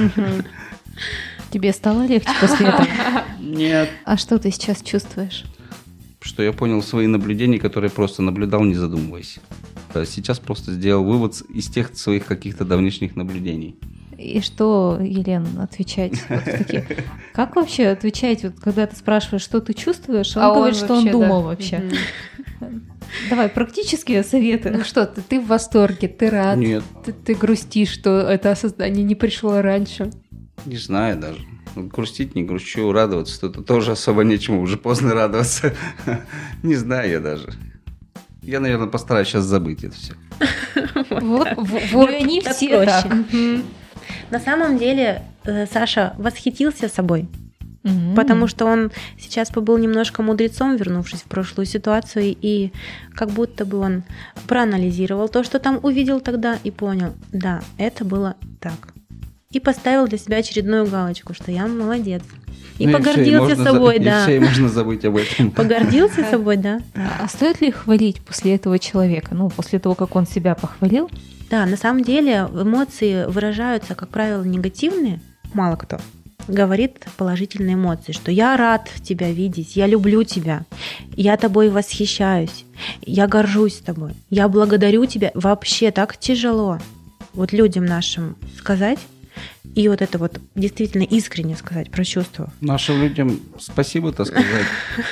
Тебе стало легче после этого? Нет. А что ты сейчас чувствуешь? Что я понял свои наблюдения, которые просто наблюдал, не задумываясь. А сейчас просто сделал вывод из тех своих каких-то давнишних наблюдений. И что, Елена, отвечать? Вот в такие- Как вообще отвечать, вот, когда ты спрашиваешь, что ты чувствуешь, а он говорит, что он вообще, думал да. вообще? Мгм. Давай, практические советы. Ну что, ты, ты в восторге, ты рад, Нет, ты, ты грустишь, что это осознание не пришло раньше. не знаю даже. Вот грустить не грущу, радоваться тут тоже особо нечему, уже поздно радоваться. Не знаю я даже. Я, наверное, постараюсь сейчас забыть это все. Вот, Вот вот они так все проще. так. На самом деле э, Саша восхитился собой, Мгм. потому что он сейчас побыл немножко мудрецом, вернувшись в прошлую ситуацию, и как будто бы он проанализировал то, что там увидел тогда, и понял, да, это было так. И поставил для себя очередную галочку, что я молодец. И Ну, погордился всё, и можно собой, за- да. И все, и можно забыть об этом. Погордился собой, да. А стоит ли хвалить после этого человека? Ну, после того, как он себя похвалил? Да, на самом деле эмоции выражаются, как правило, негативные. Мало кто говорит положительные эмоции, что я рад тебя видеть, я люблю тебя, я тобой восхищаюсь, я горжусь тобой, я благодарю тебя. Вообще так тяжело вот людям нашим сказать, и вот это вот действительно искренне сказать про чувства. Нашим людям спасибо-то сказать.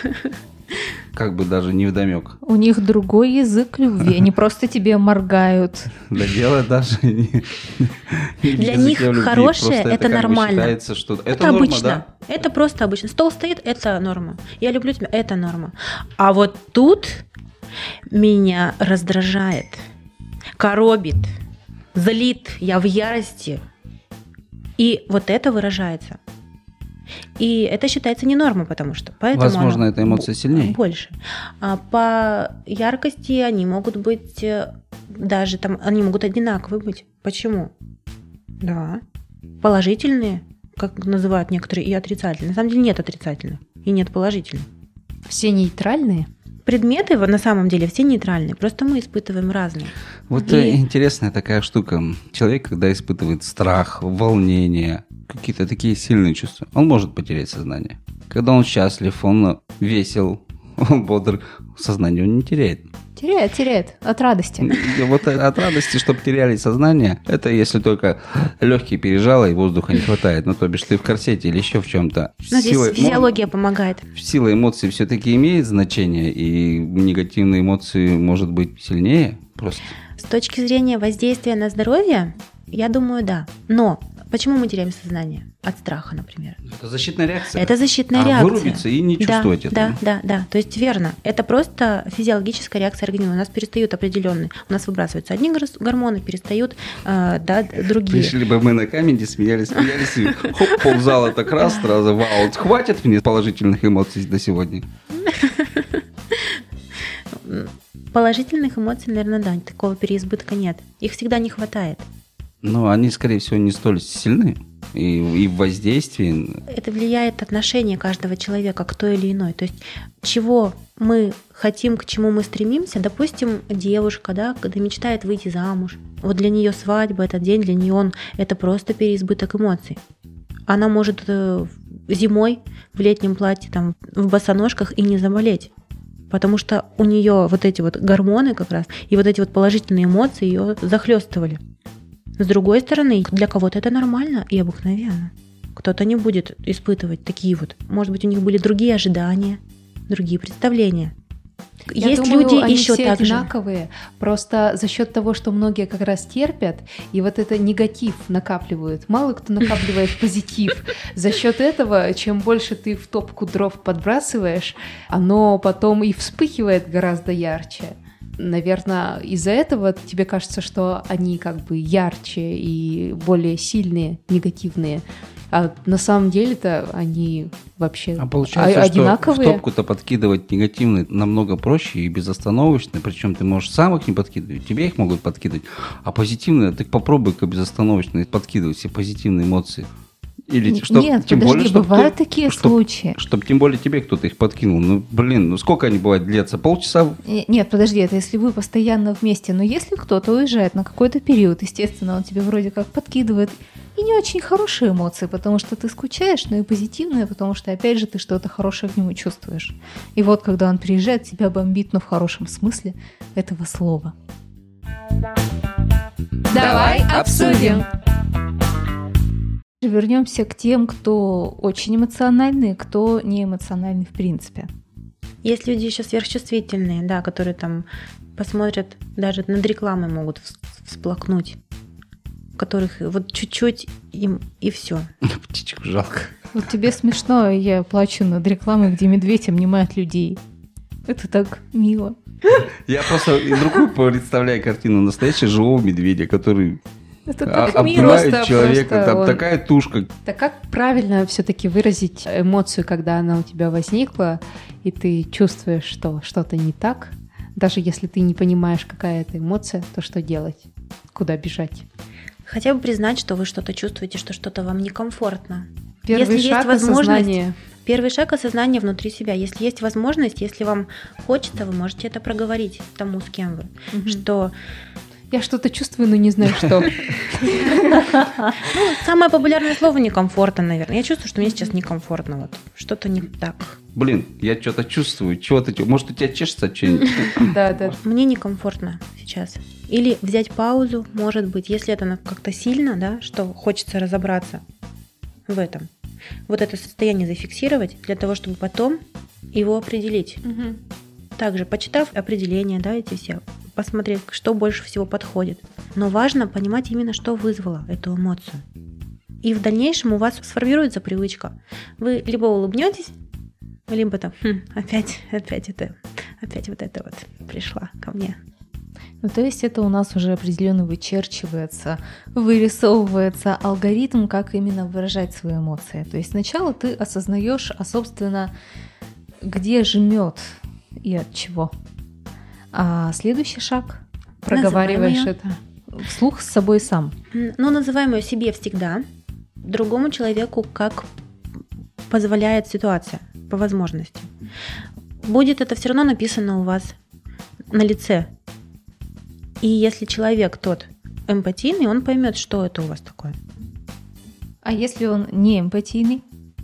Как бы даже не вдомек. У них другой язык любви, они просто тебе моргают. Да дело даже не... не в Для языке них любви, хорошее просто это как бы нормально. считается, что... Это, Это, норма, обычно. да? Это просто обычно. Стол стоит, это норма. Я люблю тебя, это норма. А вот тут меня раздражает, коробит, злит, я в ярости. И вот это выражается. И это считается не нормой, потому что поэтому возможно, эта эмоция сильнее. Больше. А по яркости они могут быть даже там, они могут одинаковые быть. Почему? Да. Положительные, как называют некоторые, и отрицательные. На самом деле нет отрицательных и нет положительных. Все нейтральные? Предметы на самом деле все нейтральные, просто мы испытываем разные. Вот и... интересная такая штука. Человек, когда испытывает страх, волнение, какие-то такие сильные чувства, он может потерять сознание. Когда он счастлив, он весел, он бодр, сознание он не теряет. Теряет, теряет. От радости. И вот от радости, чтобы теряли сознание, это если только легкие пережало и воздуха не хватает. Ну, то бишь ты в корсете или еще в чем-то. Но здесь сила, физиология помогает. Сила эмоций все-таки имеет значение, и негативные эмоции может быть сильнее просто. С точки зрения воздействия на здоровье, я думаю, да. Но почему мы теряем сознание? От страха, например. Это защитная реакция. Это защитная а реакция. Вырубиться и не чувствовать да, этого. Да, да, да. То есть верно. Это просто физиологическая реакция организма. У нас перестают определенные. У нас выбрасываются одни гормоны, перестают э, да, другие. Пришли бы мы на камеди, смеялись, смеялись, и хоп, ползала так раз, сразу, вау, хватит мне положительных эмоций до сегодня. Положительных эмоций, наверное, да. Такого переизбытка нет. Их всегда не хватает. Но они, скорее всего, не столь сильны. И, и в воздействии. Это влияет отношение каждого человека к той или иной. То есть, чего мы хотим, к чему мы стремимся. Допустим, девушка, да, когда мечтает выйти замуж. Вот для нее свадьба, этот день, для нее он, это просто переизбыток эмоций. Она может зимой в летнем платье, там, в босоножках и не заболеть. Потому что у нее вот эти вот гормоны как раз и вот эти вот положительные эмоции ее захлестывали. С другой стороны, для кого-то это нормально и обыкновенно. Кто-то не будет испытывать такие вот. Может быть, у них были другие ожидания, другие представления. Я Есть думаю, люди они еще все так одинаковые, же. Просто за счет того, что многие как раз терпят, и вот это негатив накапливают. Мало кто накапливает позитив. За счет этого, чем больше ты в топку дров подбрасываешь, оно потом и вспыхивает гораздо ярче. Наверное, из-за этого тебе кажется, что они как бы ярче и более сильные, негативные. А на самом деле-то они вообще а получается, одинаковые. Что в топку-то подкидывать негативные намного проще и безостановочно, причем ты можешь сам их не подкидывать, тебе их могут подкидывать, а позитивные, ты попробуй-ка безостановочно подкидывать все позитивные эмоции. Или, чтоб, Нет, тем подожди, более, чтоб бывают ты, такие чтоб, случаи. Чтобы тем более тебе кто-то их подкинул. Ну, блин, ну сколько они бывают длятся? Полчаса? Нет, подожди, это если вы постоянно вместе. Но если кто-то уезжает на какой-то период, естественно, он тебе вроде как подкидывает и не очень хорошие эмоции, потому что ты скучаешь, но и позитивные, потому что, опять же, ты что-то хорошее к нему чувствуешь. И вот, когда он приезжает, тебя бомбит, но в хорошем смысле этого слова. Давай обсудим. Вернемся к тем, кто очень эмоциональный, кто не эмоциональный в принципе. Есть люди еще сверхчувствительные, да, которые там посмотрят, даже над рекламой могут всплакнуть, которых вот чуть-чуть им и все. Птичку жалко. Вот тебе смешно, я плачу над рекламой, где медведь обнимает людей. Это так мило. Я просто другую представляю картину настоящего живого медведя, который... Это А, так мило. обнимает человека, там он... такая тушка. Так как правильно все-таки выразить эмоцию, когда она у тебя возникла, и ты чувствуешь, что что-то не так, даже если ты не понимаешь, какая это эмоция, то что делать? Куда бежать? Хотя бы признать, что вы что-то чувствуете, что что-то вам некомфортно. Первый если шаг есть возможность, осознания. Первый шаг осознания внутри себя. Если есть возможность, если вам хочется, вы можете это проговорить тому, с кем вы. Угу. Что я что-то чувствую, но не знаю, что. Самое популярное слово некомфортно, наверное. Я чувствую, что мне сейчас некомфортно. Вот что-то не так. Блин, я что-то чувствую. Чего-то, может, у тебя чешется что-нибудь? Да, да. Мне некомфортно сейчас. Или взять паузу, может быть, если это как-то сильно, да, что хочется разобраться в этом. Вот это состояние зафиксировать для того, чтобы потом его определить. Также почитав определения, да, эти все, посмотреть, что больше всего подходит. Но важно понимать именно, что вызвало эту эмоцию. И в дальнейшем у вас сформируется привычка. Вы либо улыбнетесь, либо там хм, опять, опять это, опять вот это вот пришла ко мне. Ну, то есть это у нас уже определенно вычерчивается, вырисовывается алгоритм, как именно выражать свои эмоции. То есть сначала ты осознаешь, а собственно, где жмет и от чего. А следующий шаг — проговариваешь это вслух с собой сам. Ну, называем ее себе всегда, другому человеку как позволяет ситуация, по возможности. Будет это все равно написано у вас на лице. И если человек тот эмпатийный, он поймет, что это у вас такое. А если он не эмпатийный?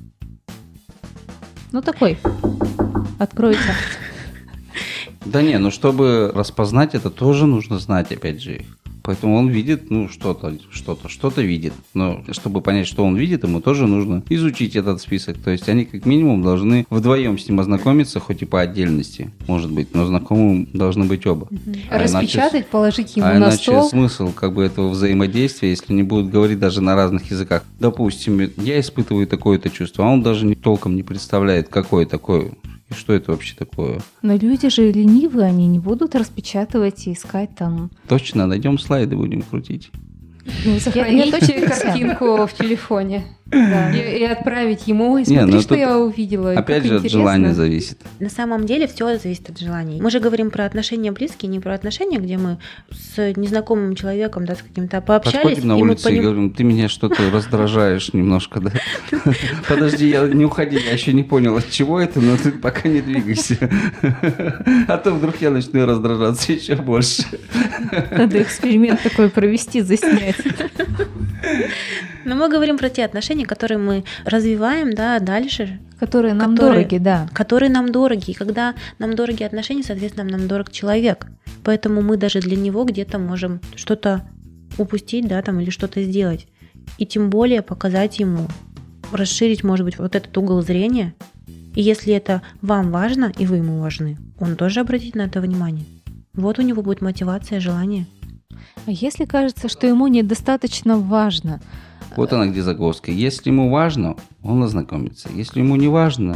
Ну, такой. Откройте. Да не, ну чтобы распознать это, тоже нужно знать, опять же. Поэтому он видит, ну, что-то, что-то, что-то видит. Но чтобы понять, что он видит, ему тоже нужно изучить этот список. То есть они как минимум должны вдвоем с ним ознакомиться, хоть и по отдельности, может быть, но знакомым должны быть оба. Угу. А Распечатать, иначе, положить ему а на иначе стол. Смысл как бы этого взаимодействия, если не будут говорить даже на разных языках. Допустим, я испытываю такое-то чувство, а он даже не, толком не представляет, какое такое. И что это вообще такое? Но люди же ленивые, они не будут распечатывать и искать там... Точно, найдем слайды, будем крутить. Ну, сохраните картинку в телефоне. Да. И, и отправить ему. И смотри, не, что я увидела. Опять же, от желания зависит. На самом деле все зависит от желаний. Мы же говорим про отношения близкие, не про отношения, где мы с незнакомым человеком, да, с каким-то пообщались. Подходим на улицу и, поним... и говорим, ты меня что-то раздражаешь немножко, да? Подожди, я не уходи, я еще не понял, от чего это, но ты пока не двигайся. А то вдруг я начну раздражаться еще больше. Надо эксперимент такой провести, заснять. Но мы говорим про те отношения, которые мы развиваем, да, дальше. Которые нам которые, дороги, да. Которые нам дороги. И когда нам дороги отношения, соответственно, нам дорог человек. Поэтому мы даже для него где-то можем что-то упустить, да, там, или что-то сделать. И тем более показать ему, расширить, может быть, вот этот угол зрения. И если это вам важно, и вы ему важны, он тоже обратит на это внимание. Вот у него будет мотивация, желание. А если кажется, что ему недостаточно важно? Вот она где загвоздка. Если ему важно, он ознакомится. Если ему не важно,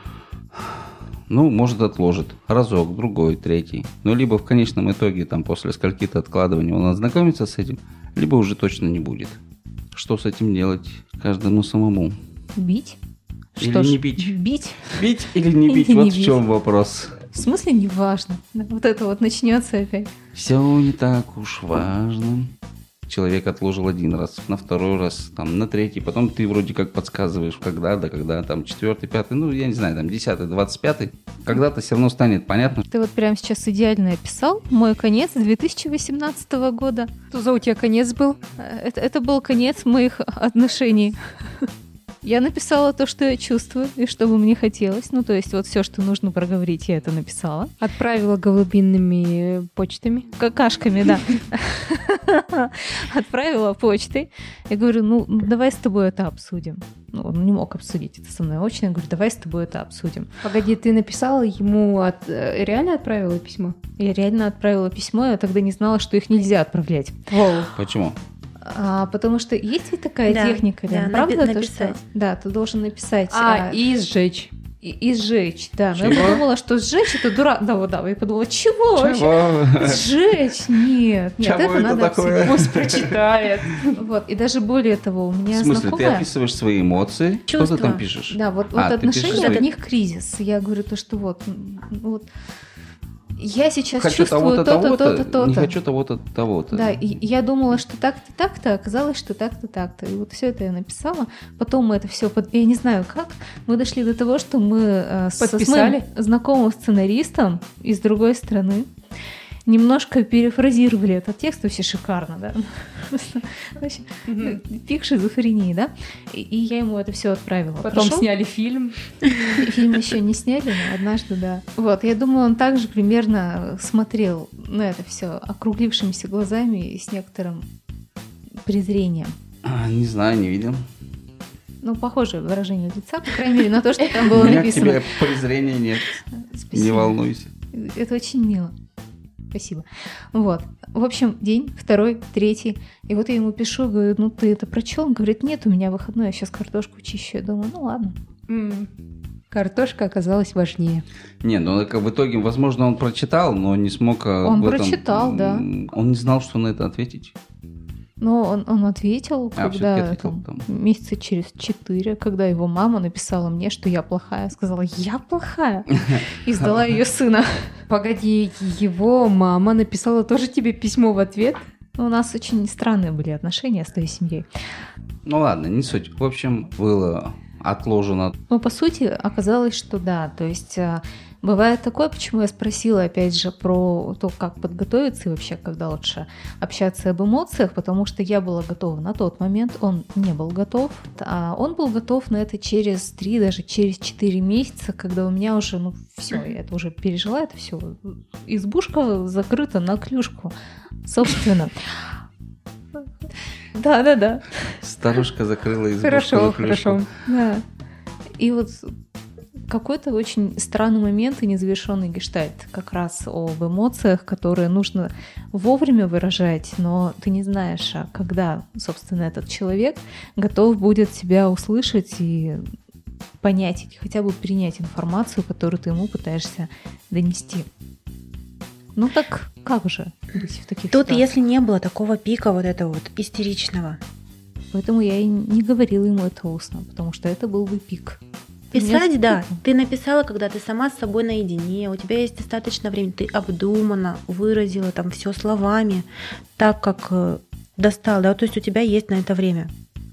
ну, может, отложит. Разок, другой, третий. Но либо в конечном итоге, там, после скольки-то откладываний он ознакомится с этим, либо уже точно не будет. Что с этим делать? Каждому самому. Бить? Или что не ж, бить? Бить? Бить или не бить? Или вот не в бить. чем вопрос. В смысле не важно? Вот это вот начнется опять. Все не так уж важно. Человек отложил один раз, на второй раз, там, на третий, потом ты вроде как подсказываешь, когда, да, когда, там, четвертый, пятый, ну, я не знаю, там, десятый, двадцать пятый, когда-то все равно станет понятно. Ты вот прямо сейчас идеально описал мой конец две тысячи восемнадцатого года. Что за у тебя конец был? Это, это был конец моих отношений. Я написала то, что я чувствую и что бы мне хотелось. Ну, то есть вот все, что нужно проговорить, я это написала. Отправила голубиными почтами. Какашками, да. Отправила почтой. Я говорю, ну, давай с тобой это обсудим. Ну, он не мог обсудить это со мной очно. Я говорю, давай с тобой это обсудим. Погоди, ты написала ему, от... реально отправила письмо? Я реально отправила письмо, я тогда не знала, что их нельзя отправлять. Воу. Почему? А, потому что есть ведь такая да, техника, да, правда? напи- то, что, да, ты должен написать. А, а, и сжечь. И, и сжечь, да. Чего? Но я подумала, что сжечь это дурак. Да, вот, да. Я подумала, чего, Чего? вообще? Сжечь? Нет. Нет, Чего это, это надо такое? обсудить. Пусть прочитает. Вот. И даже более того, у меня В смысле, знакомая... ты описываешь свои эмоции? Чувства. Что ты там пишешь? Да, вот, А, вот ты отношения, пишешь от свои- них кризис. Я говорю то, что вот, вот я сейчас Хочу чувствую того-то, то-то, того-то, то-то, то-то. не хочу того-то, того-то. Да, и я думала, что так-то, так-то, оказалось, что так-то, так-то. И вот все это я написала. Потом мы это все, под... я не знаю как, мы дошли до того, что мы э, с, с моим знакомым сценаристом из другой страны немножко перефразировали этот текст, вообще шикарно, да? Вообще, пик шизофрении, да? И, и я ему это все отправила. Потом Прошел? сняли фильм. Фильм еще не сняли, но однажды, да. Вот, я думаю, он также примерно смотрел на это все округлившимися глазами и с некоторым презрением. А, не знаю, не видел. Ну, похожее выражение лица, по крайней мере, на то, что там было У меня к написано. тебе презрения нет. Спасибо. Не волнуйся. Это очень мило. Спасибо. Вот. В общем, день, второй, третий. И вот я ему пишу, говорю, ну ты это прочел? Он говорит, нет, у меня выходной, я сейчас картошку чищу. Я думаю, ну ладно. Mm. Картошка оказалась важнее. Не, ну как в итоге, возможно, он прочитал, но не смог... Он прочитал, да. Он не знал, что на это ответить. Но он, он ответил, А, когда ответил, там, там. месяца через четыре, когда его мама написала мне, что я плохая, сказала, я плохая, и сдала ее сына. Погоди, его мама написала тоже тебе письмо в ответ? У нас очень странные были отношения с той семьей. Ну ладно, не суть. В общем, было отложено. Ну, по сути, оказалось, что да. То есть а, бывает такое, почему я спросила, опять же, про то, как подготовиться и вообще, когда лучше общаться об эмоциях, потому что я была готова на тот момент, он не был готов, а он был готов на это через три, даже через четыре месяца, когда у меня уже, ну, все, я это уже пережила, это все, избушка закрыта на клюшку, собственно. Да-да-да. Старушка закрыла избушку. Хорошо, хорошо. Да. И вот какой-то очень странный момент и незавершенный гештальт как раз об эмоциях, которые нужно вовремя выражать, но ты не знаешь, а когда, собственно, этот человек готов будет тебя услышать и понять, или хотя бы принять информацию, которую ты ему пытаешься донести. Ну так как же быть в таких Тут, ситуациях? если не было такого пика вот этого вот истеричного. Поэтому я и не говорила ему это устно, потому что это был бы пик. Писать, Нет, да. пика. Ты написала, когда ты сама с собой наедине, у тебя есть достаточно времени, ты обдуманно выразила там все словами, так как э, достал, да, то есть у тебя есть на это время.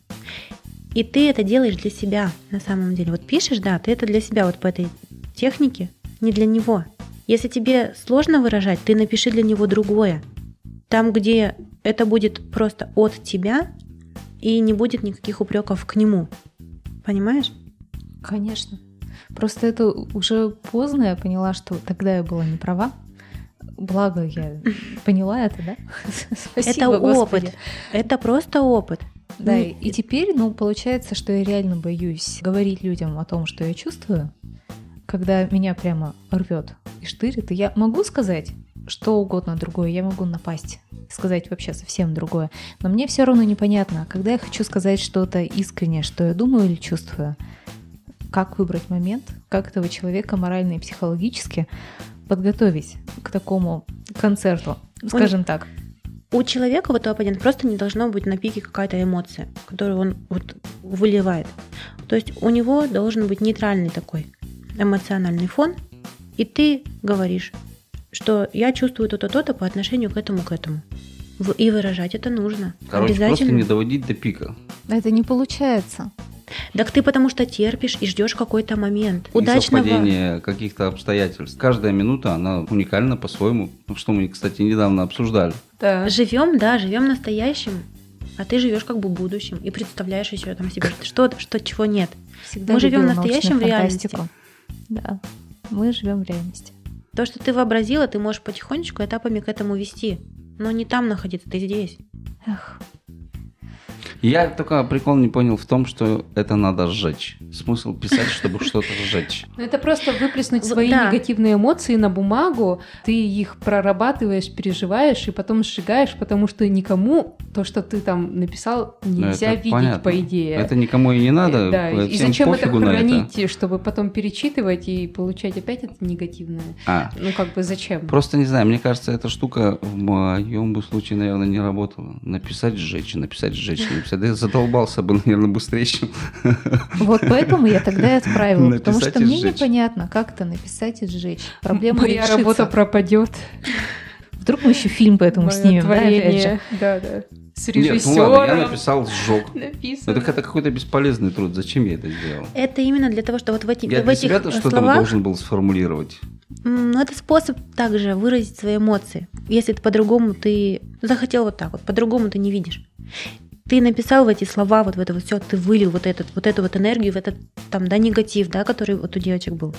И ты это делаешь для себя на самом деле. Вот пишешь, да, ты это для себя вот по этой технике, не для него. Если тебе сложно выражать, ты напиши для него другое. Там, где это будет просто от тебя, и не будет никаких упреков к нему. Понимаешь? Конечно. Просто это уже поздно, я поняла, что тогда я была не права. Благо я поняла это, да? Спасибо, это Господи. опыт. Это просто опыт. Да, Ну, и, и теперь, ну, получается, что я реально боюсь говорить людям о том, что я чувствую, когда меня прямо рвет и штырит. И я могу сказать что угодно другое, я могу напасть, сказать вообще совсем другое. Но мне все равно непонятно, когда я хочу сказать что-то искреннее, что я думаю или чувствую, как выбрать момент, как этого человека морально и психологически подготовить к такому концерту, скажем так. У человека, вот у оппонента, просто не должно быть на пике какая-то эмоция, которую он вот выливает. То есть у него должен быть нейтральный такой эмоциональный фон, и ты говоришь, что я чувствую то-то, то-то по отношению к этому, к этому. И выражать это нужно. Короче, обязательно. просто не доводить до пика. Это не получается. Так ты потому что терпишь и ждешь какой-то момент. И Удачного. совпадение каких-то обстоятельств. Каждая минута, она уникальна по-своему. Что мы, кстати, недавно обсуждали. Да. Живем, да, живем настоящим, а ты живешь как бы будущим и представляешь еще там себе что, что чего нет. Всегда Мы живем любила настоящим в научную реальности. фантастику. Да, мы живем в реальности. То, что ты вообразила, ты можешь потихонечку этапами к этому вести. Но не там находиться, ты здесь. Эх. Я только прикол не понял в том, что это надо сжечь. Смысл писать, чтобы что-то сжечь. Ну, это просто выплеснуть Вот, свои да. негативные эмоции на бумагу, ты их прорабатываешь, переживаешь и потом сжигаешь, потому что никому то, что ты там написал, нельзя это видеть, понятно. по идее. Это никому и не надо. Да, э, и всем зачем это пофигу на хранить, чтобы потом перечитывать и получать опять это негативное? А, Ну, как бы зачем? просто не знаю, мне кажется, эта штука в моем бы случае, наверное, не работала. Написать сжечь, написать сжечь, написать. Да я задолбался бы, наверное, быстрее, чем... Вот поэтому я тогда и отправила, потому Написать что и мне сжечь. непонятно, как это написать и сжечь. Проблема Моя решится. работа пропадет. Вдруг мы еще фильм поэтому Мое снимем, да, опять же. творение. Да, да. С Нет, ну ладно, я режиссером написал сжег. Ну написано. так это какой-то бесполезный труд. Зачем я это сделал? Это именно для того, что вот в, эти, Я в для этих себя-то что-то словах, должен был сформулировать. м, ну, это способ также выразить свои эмоции. Если ты по-другому ты захотел вот так вот, по-другому ты не видишь. Ты написал в эти слова, вот в это вот все, ты вылил вот, этот, вот эту вот энергию, в этот там, да, негатив, да, который вот у девочек был.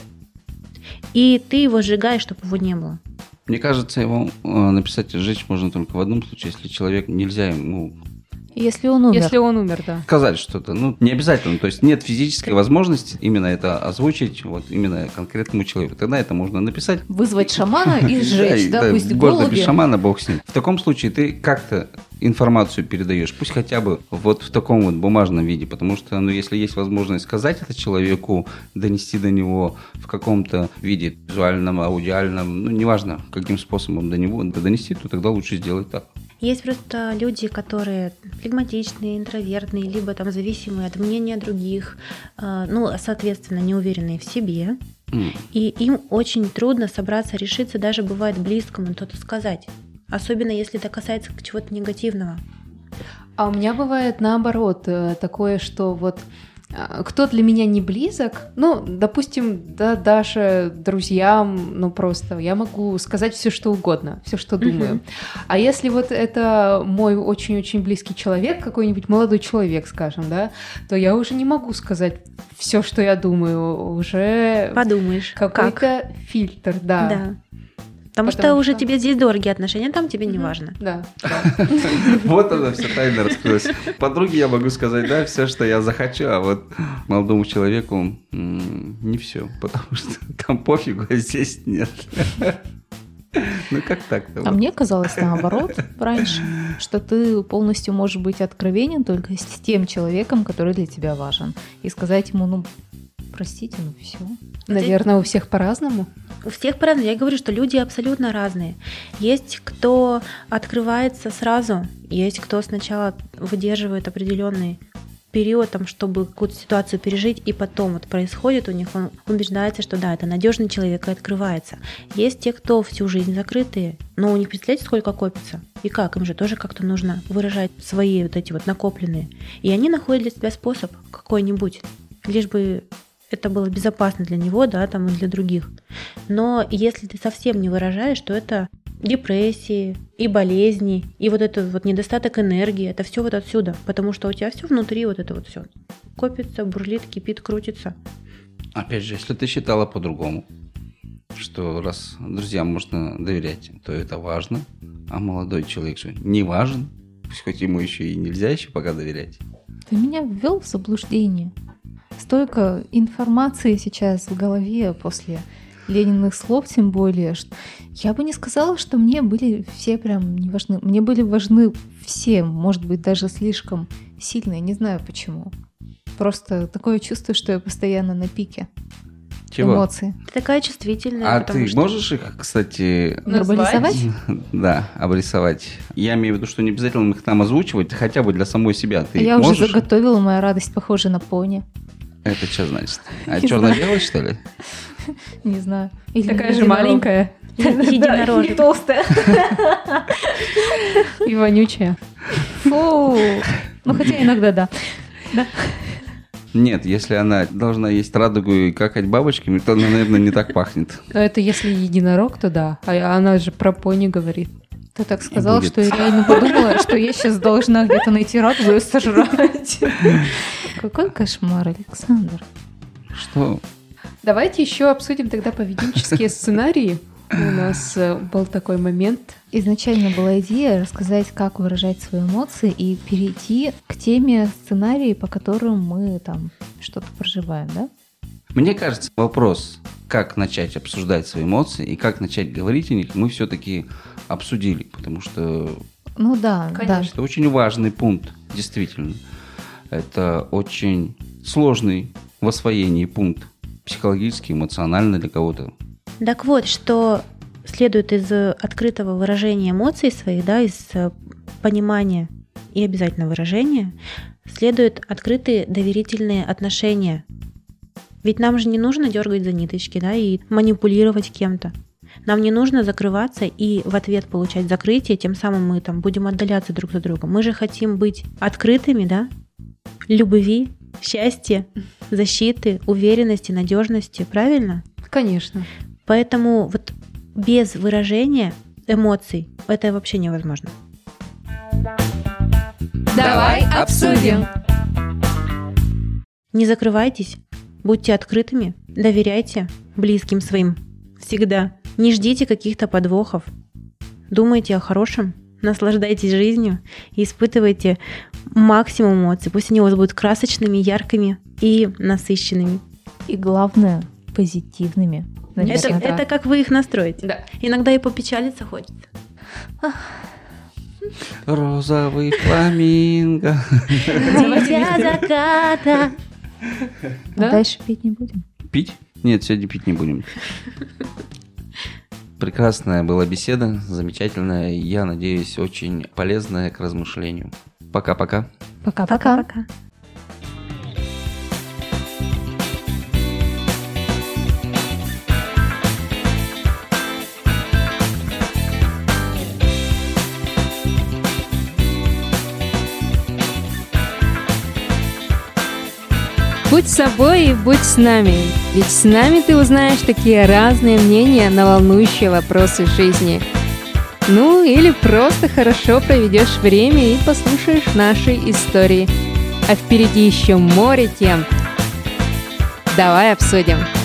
И ты его сжигаешь, чтобы его не было. Мне кажется, его э, написать и сжечь можно только в одном случае, если человек нельзя ему Если он умер. Если он умер, да. Сказать что-то. Ну, не обязательно. То есть нет физической возможности именно это озвучить вот именно конкретному человеку. Тогда это можно написать. Вызвать шамана и сжечь, да, пусть можно без голуби. шамана, бог с ним. В таком случае ты как-то информацию передаешь, пусть хотя бы вот в таком вот бумажном виде, потому что, ну, если есть возможность сказать это человеку, донести до него в каком-то виде, визуальном, аудиальном, ну, неважно, каким способом до него донести, то тогда лучше сделать так. Есть просто люди, которые флегматичные, интровертные, либо там зависимые от мнения других, э, ну, соответственно, неуверенные в себе. Mm. И им очень трудно собраться, решиться, даже бывает близкому что-то сказать. Особенно если это касается чего-то негативного. А у меня бывает наоборот э, такое, что вот э, кто для меня не близок, ну, допустим, да, даже друзьям, ну, просто я могу сказать все, что угодно, все, что думаю. Uh-huh. А если вот это мой очень-очень близкий человек, какой-нибудь молодой человек, скажем, да, то я уже не могу сказать все, что я думаю, уже подумаешь, какой-то как? Фильтр, да. Да. Потому, Потому что, что уже тебе здесь дорогие отношения, там тебе не важно. Да. Вот она вся тайна раскрылась. Подруге я могу сказать, да, все, что я захочу, а вот молодому человеку не все, потому что там пофигу, а здесь нет. Ну как так-то? А мне казалось наоборот раньше, что ты полностью можешь быть откровенен только с тем человеком, который для тебя важен. И сказать ему, ну, простите, ну все. Наверное, у всех по-разному. У всех по-разному. Я говорю, что люди абсолютно разные. Есть кто открывается сразу, есть кто сначала выдерживает определенный период, там, чтобы какую-то ситуацию пережить, и потом вот происходит у них, он убеждается, что да, это надежный человек и открывается. Есть те, кто всю жизнь закрытые, но у них, представляете, сколько копится? И как? Им же тоже как-то нужно выражать свои вот эти вот накопленные. И они находят для себя способ какой-нибудь, лишь бы это было безопасно для него, да, там и для других. Но если ты совсем не выражаешь, то это депрессии и болезни, и вот этот вот недостаток энергии, это все вот отсюда, потому что у тебя все внутри вот это вот все копится, бурлит, кипит, крутится. Опять же, если ты считала по-другому, что раз друзьям можно доверять, то это важно, а молодой человек же не важен, хоть ему еще и нельзя еще пока доверять. Ты меня ввел в заблуждение. Столько информации сейчас в голове после Лениных слов, тем более, что я бы не сказала, что мне были все прям не важны. Мне были важны все, может быть, даже слишком сильно, я не знаю почему. Просто такое чувство, что я постоянно на пике. Чего? Эмоций. Ты такая чувствительная. А ты что... можешь их, кстати... Нормализовать? Да, обрисовать. Я имею в виду, что не обязательно их там озвучивать, хотя бы для самой себя. Ты я можешь? уже заготовила, моя радость похожа на пони. Это что значит? А черно-белый, что ли? Не знаю. Или такая же маленькая. Единорожек. Толстая. И вонючая. Фу. Ну, хотя иногда да. Да. Нет, если она должна есть радугу и какать бабочками, то она, наверное, не так пахнет. Но это если единорог, то да. А она же про пони говорит. Ты так сказал, что я реально подумала, что я сейчас должна где-то найти радугу и сожрать. Какой кошмар, Александр. Что? Давайте еще обсудим тогда поведенческие сценарии. У нас был такой момент. Изначально была идея рассказать, как выражать свои эмоции и перейти к теме сценарии, по которым мы там что-то проживаем, да? Мне кажется, вопрос, как начать обсуждать свои эмоции и как начать говорить о них, мы все-таки обсудили, потому что Ну да, да. это очень важный пункт, действительно. Это очень сложный в освоении пункт, психологически, эмоционально для кого-то. Так вот, что следует из открытого выражения эмоций своих, да, из понимания и обязательно выражения, следуют открытые доверительные отношения. Ведь нам же не нужно дергать за ниточки, да, и манипулировать кем-то. Нам не нужно закрываться и в ответ получать закрытие, тем самым мы там будем отдаляться друг от друга. Мы же хотим быть открытыми, да, любви, счастья, защиты, уверенности, надежности, правильно? Конечно. Поэтому вот без выражения эмоций это вообще невозможно. Давай обсудим. Не закрывайтесь, будьте открытыми, доверяйте близким своим всегда. Не ждите каких-то подвохов. Думайте о хорошем, наслаждайтесь жизнью и испытывайте максимум эмоций. Пусть они у вас будут красочными, яркими и насыщенными. И главное, позитивными. Это, это как вы их настроите. Да. Иногда и попечалиться хочется. Розовый фламинго. Тебя заката. А дальше пить не будем? Пить? Нет, сегодня пить не будем. Прекрасная была беседа, замечательная. Я надеюсь, очень полезная к размышлению. Пока-пока. Пока-пока. Пока. Будь собой и будь с нами, ведь с нами ты узнаешь такие разные мнения на волнующие вопросы жизни. Ну или просто хорошо проведешь время и послушаешь наши истории. А впереди еще море тем. Давай обсудим.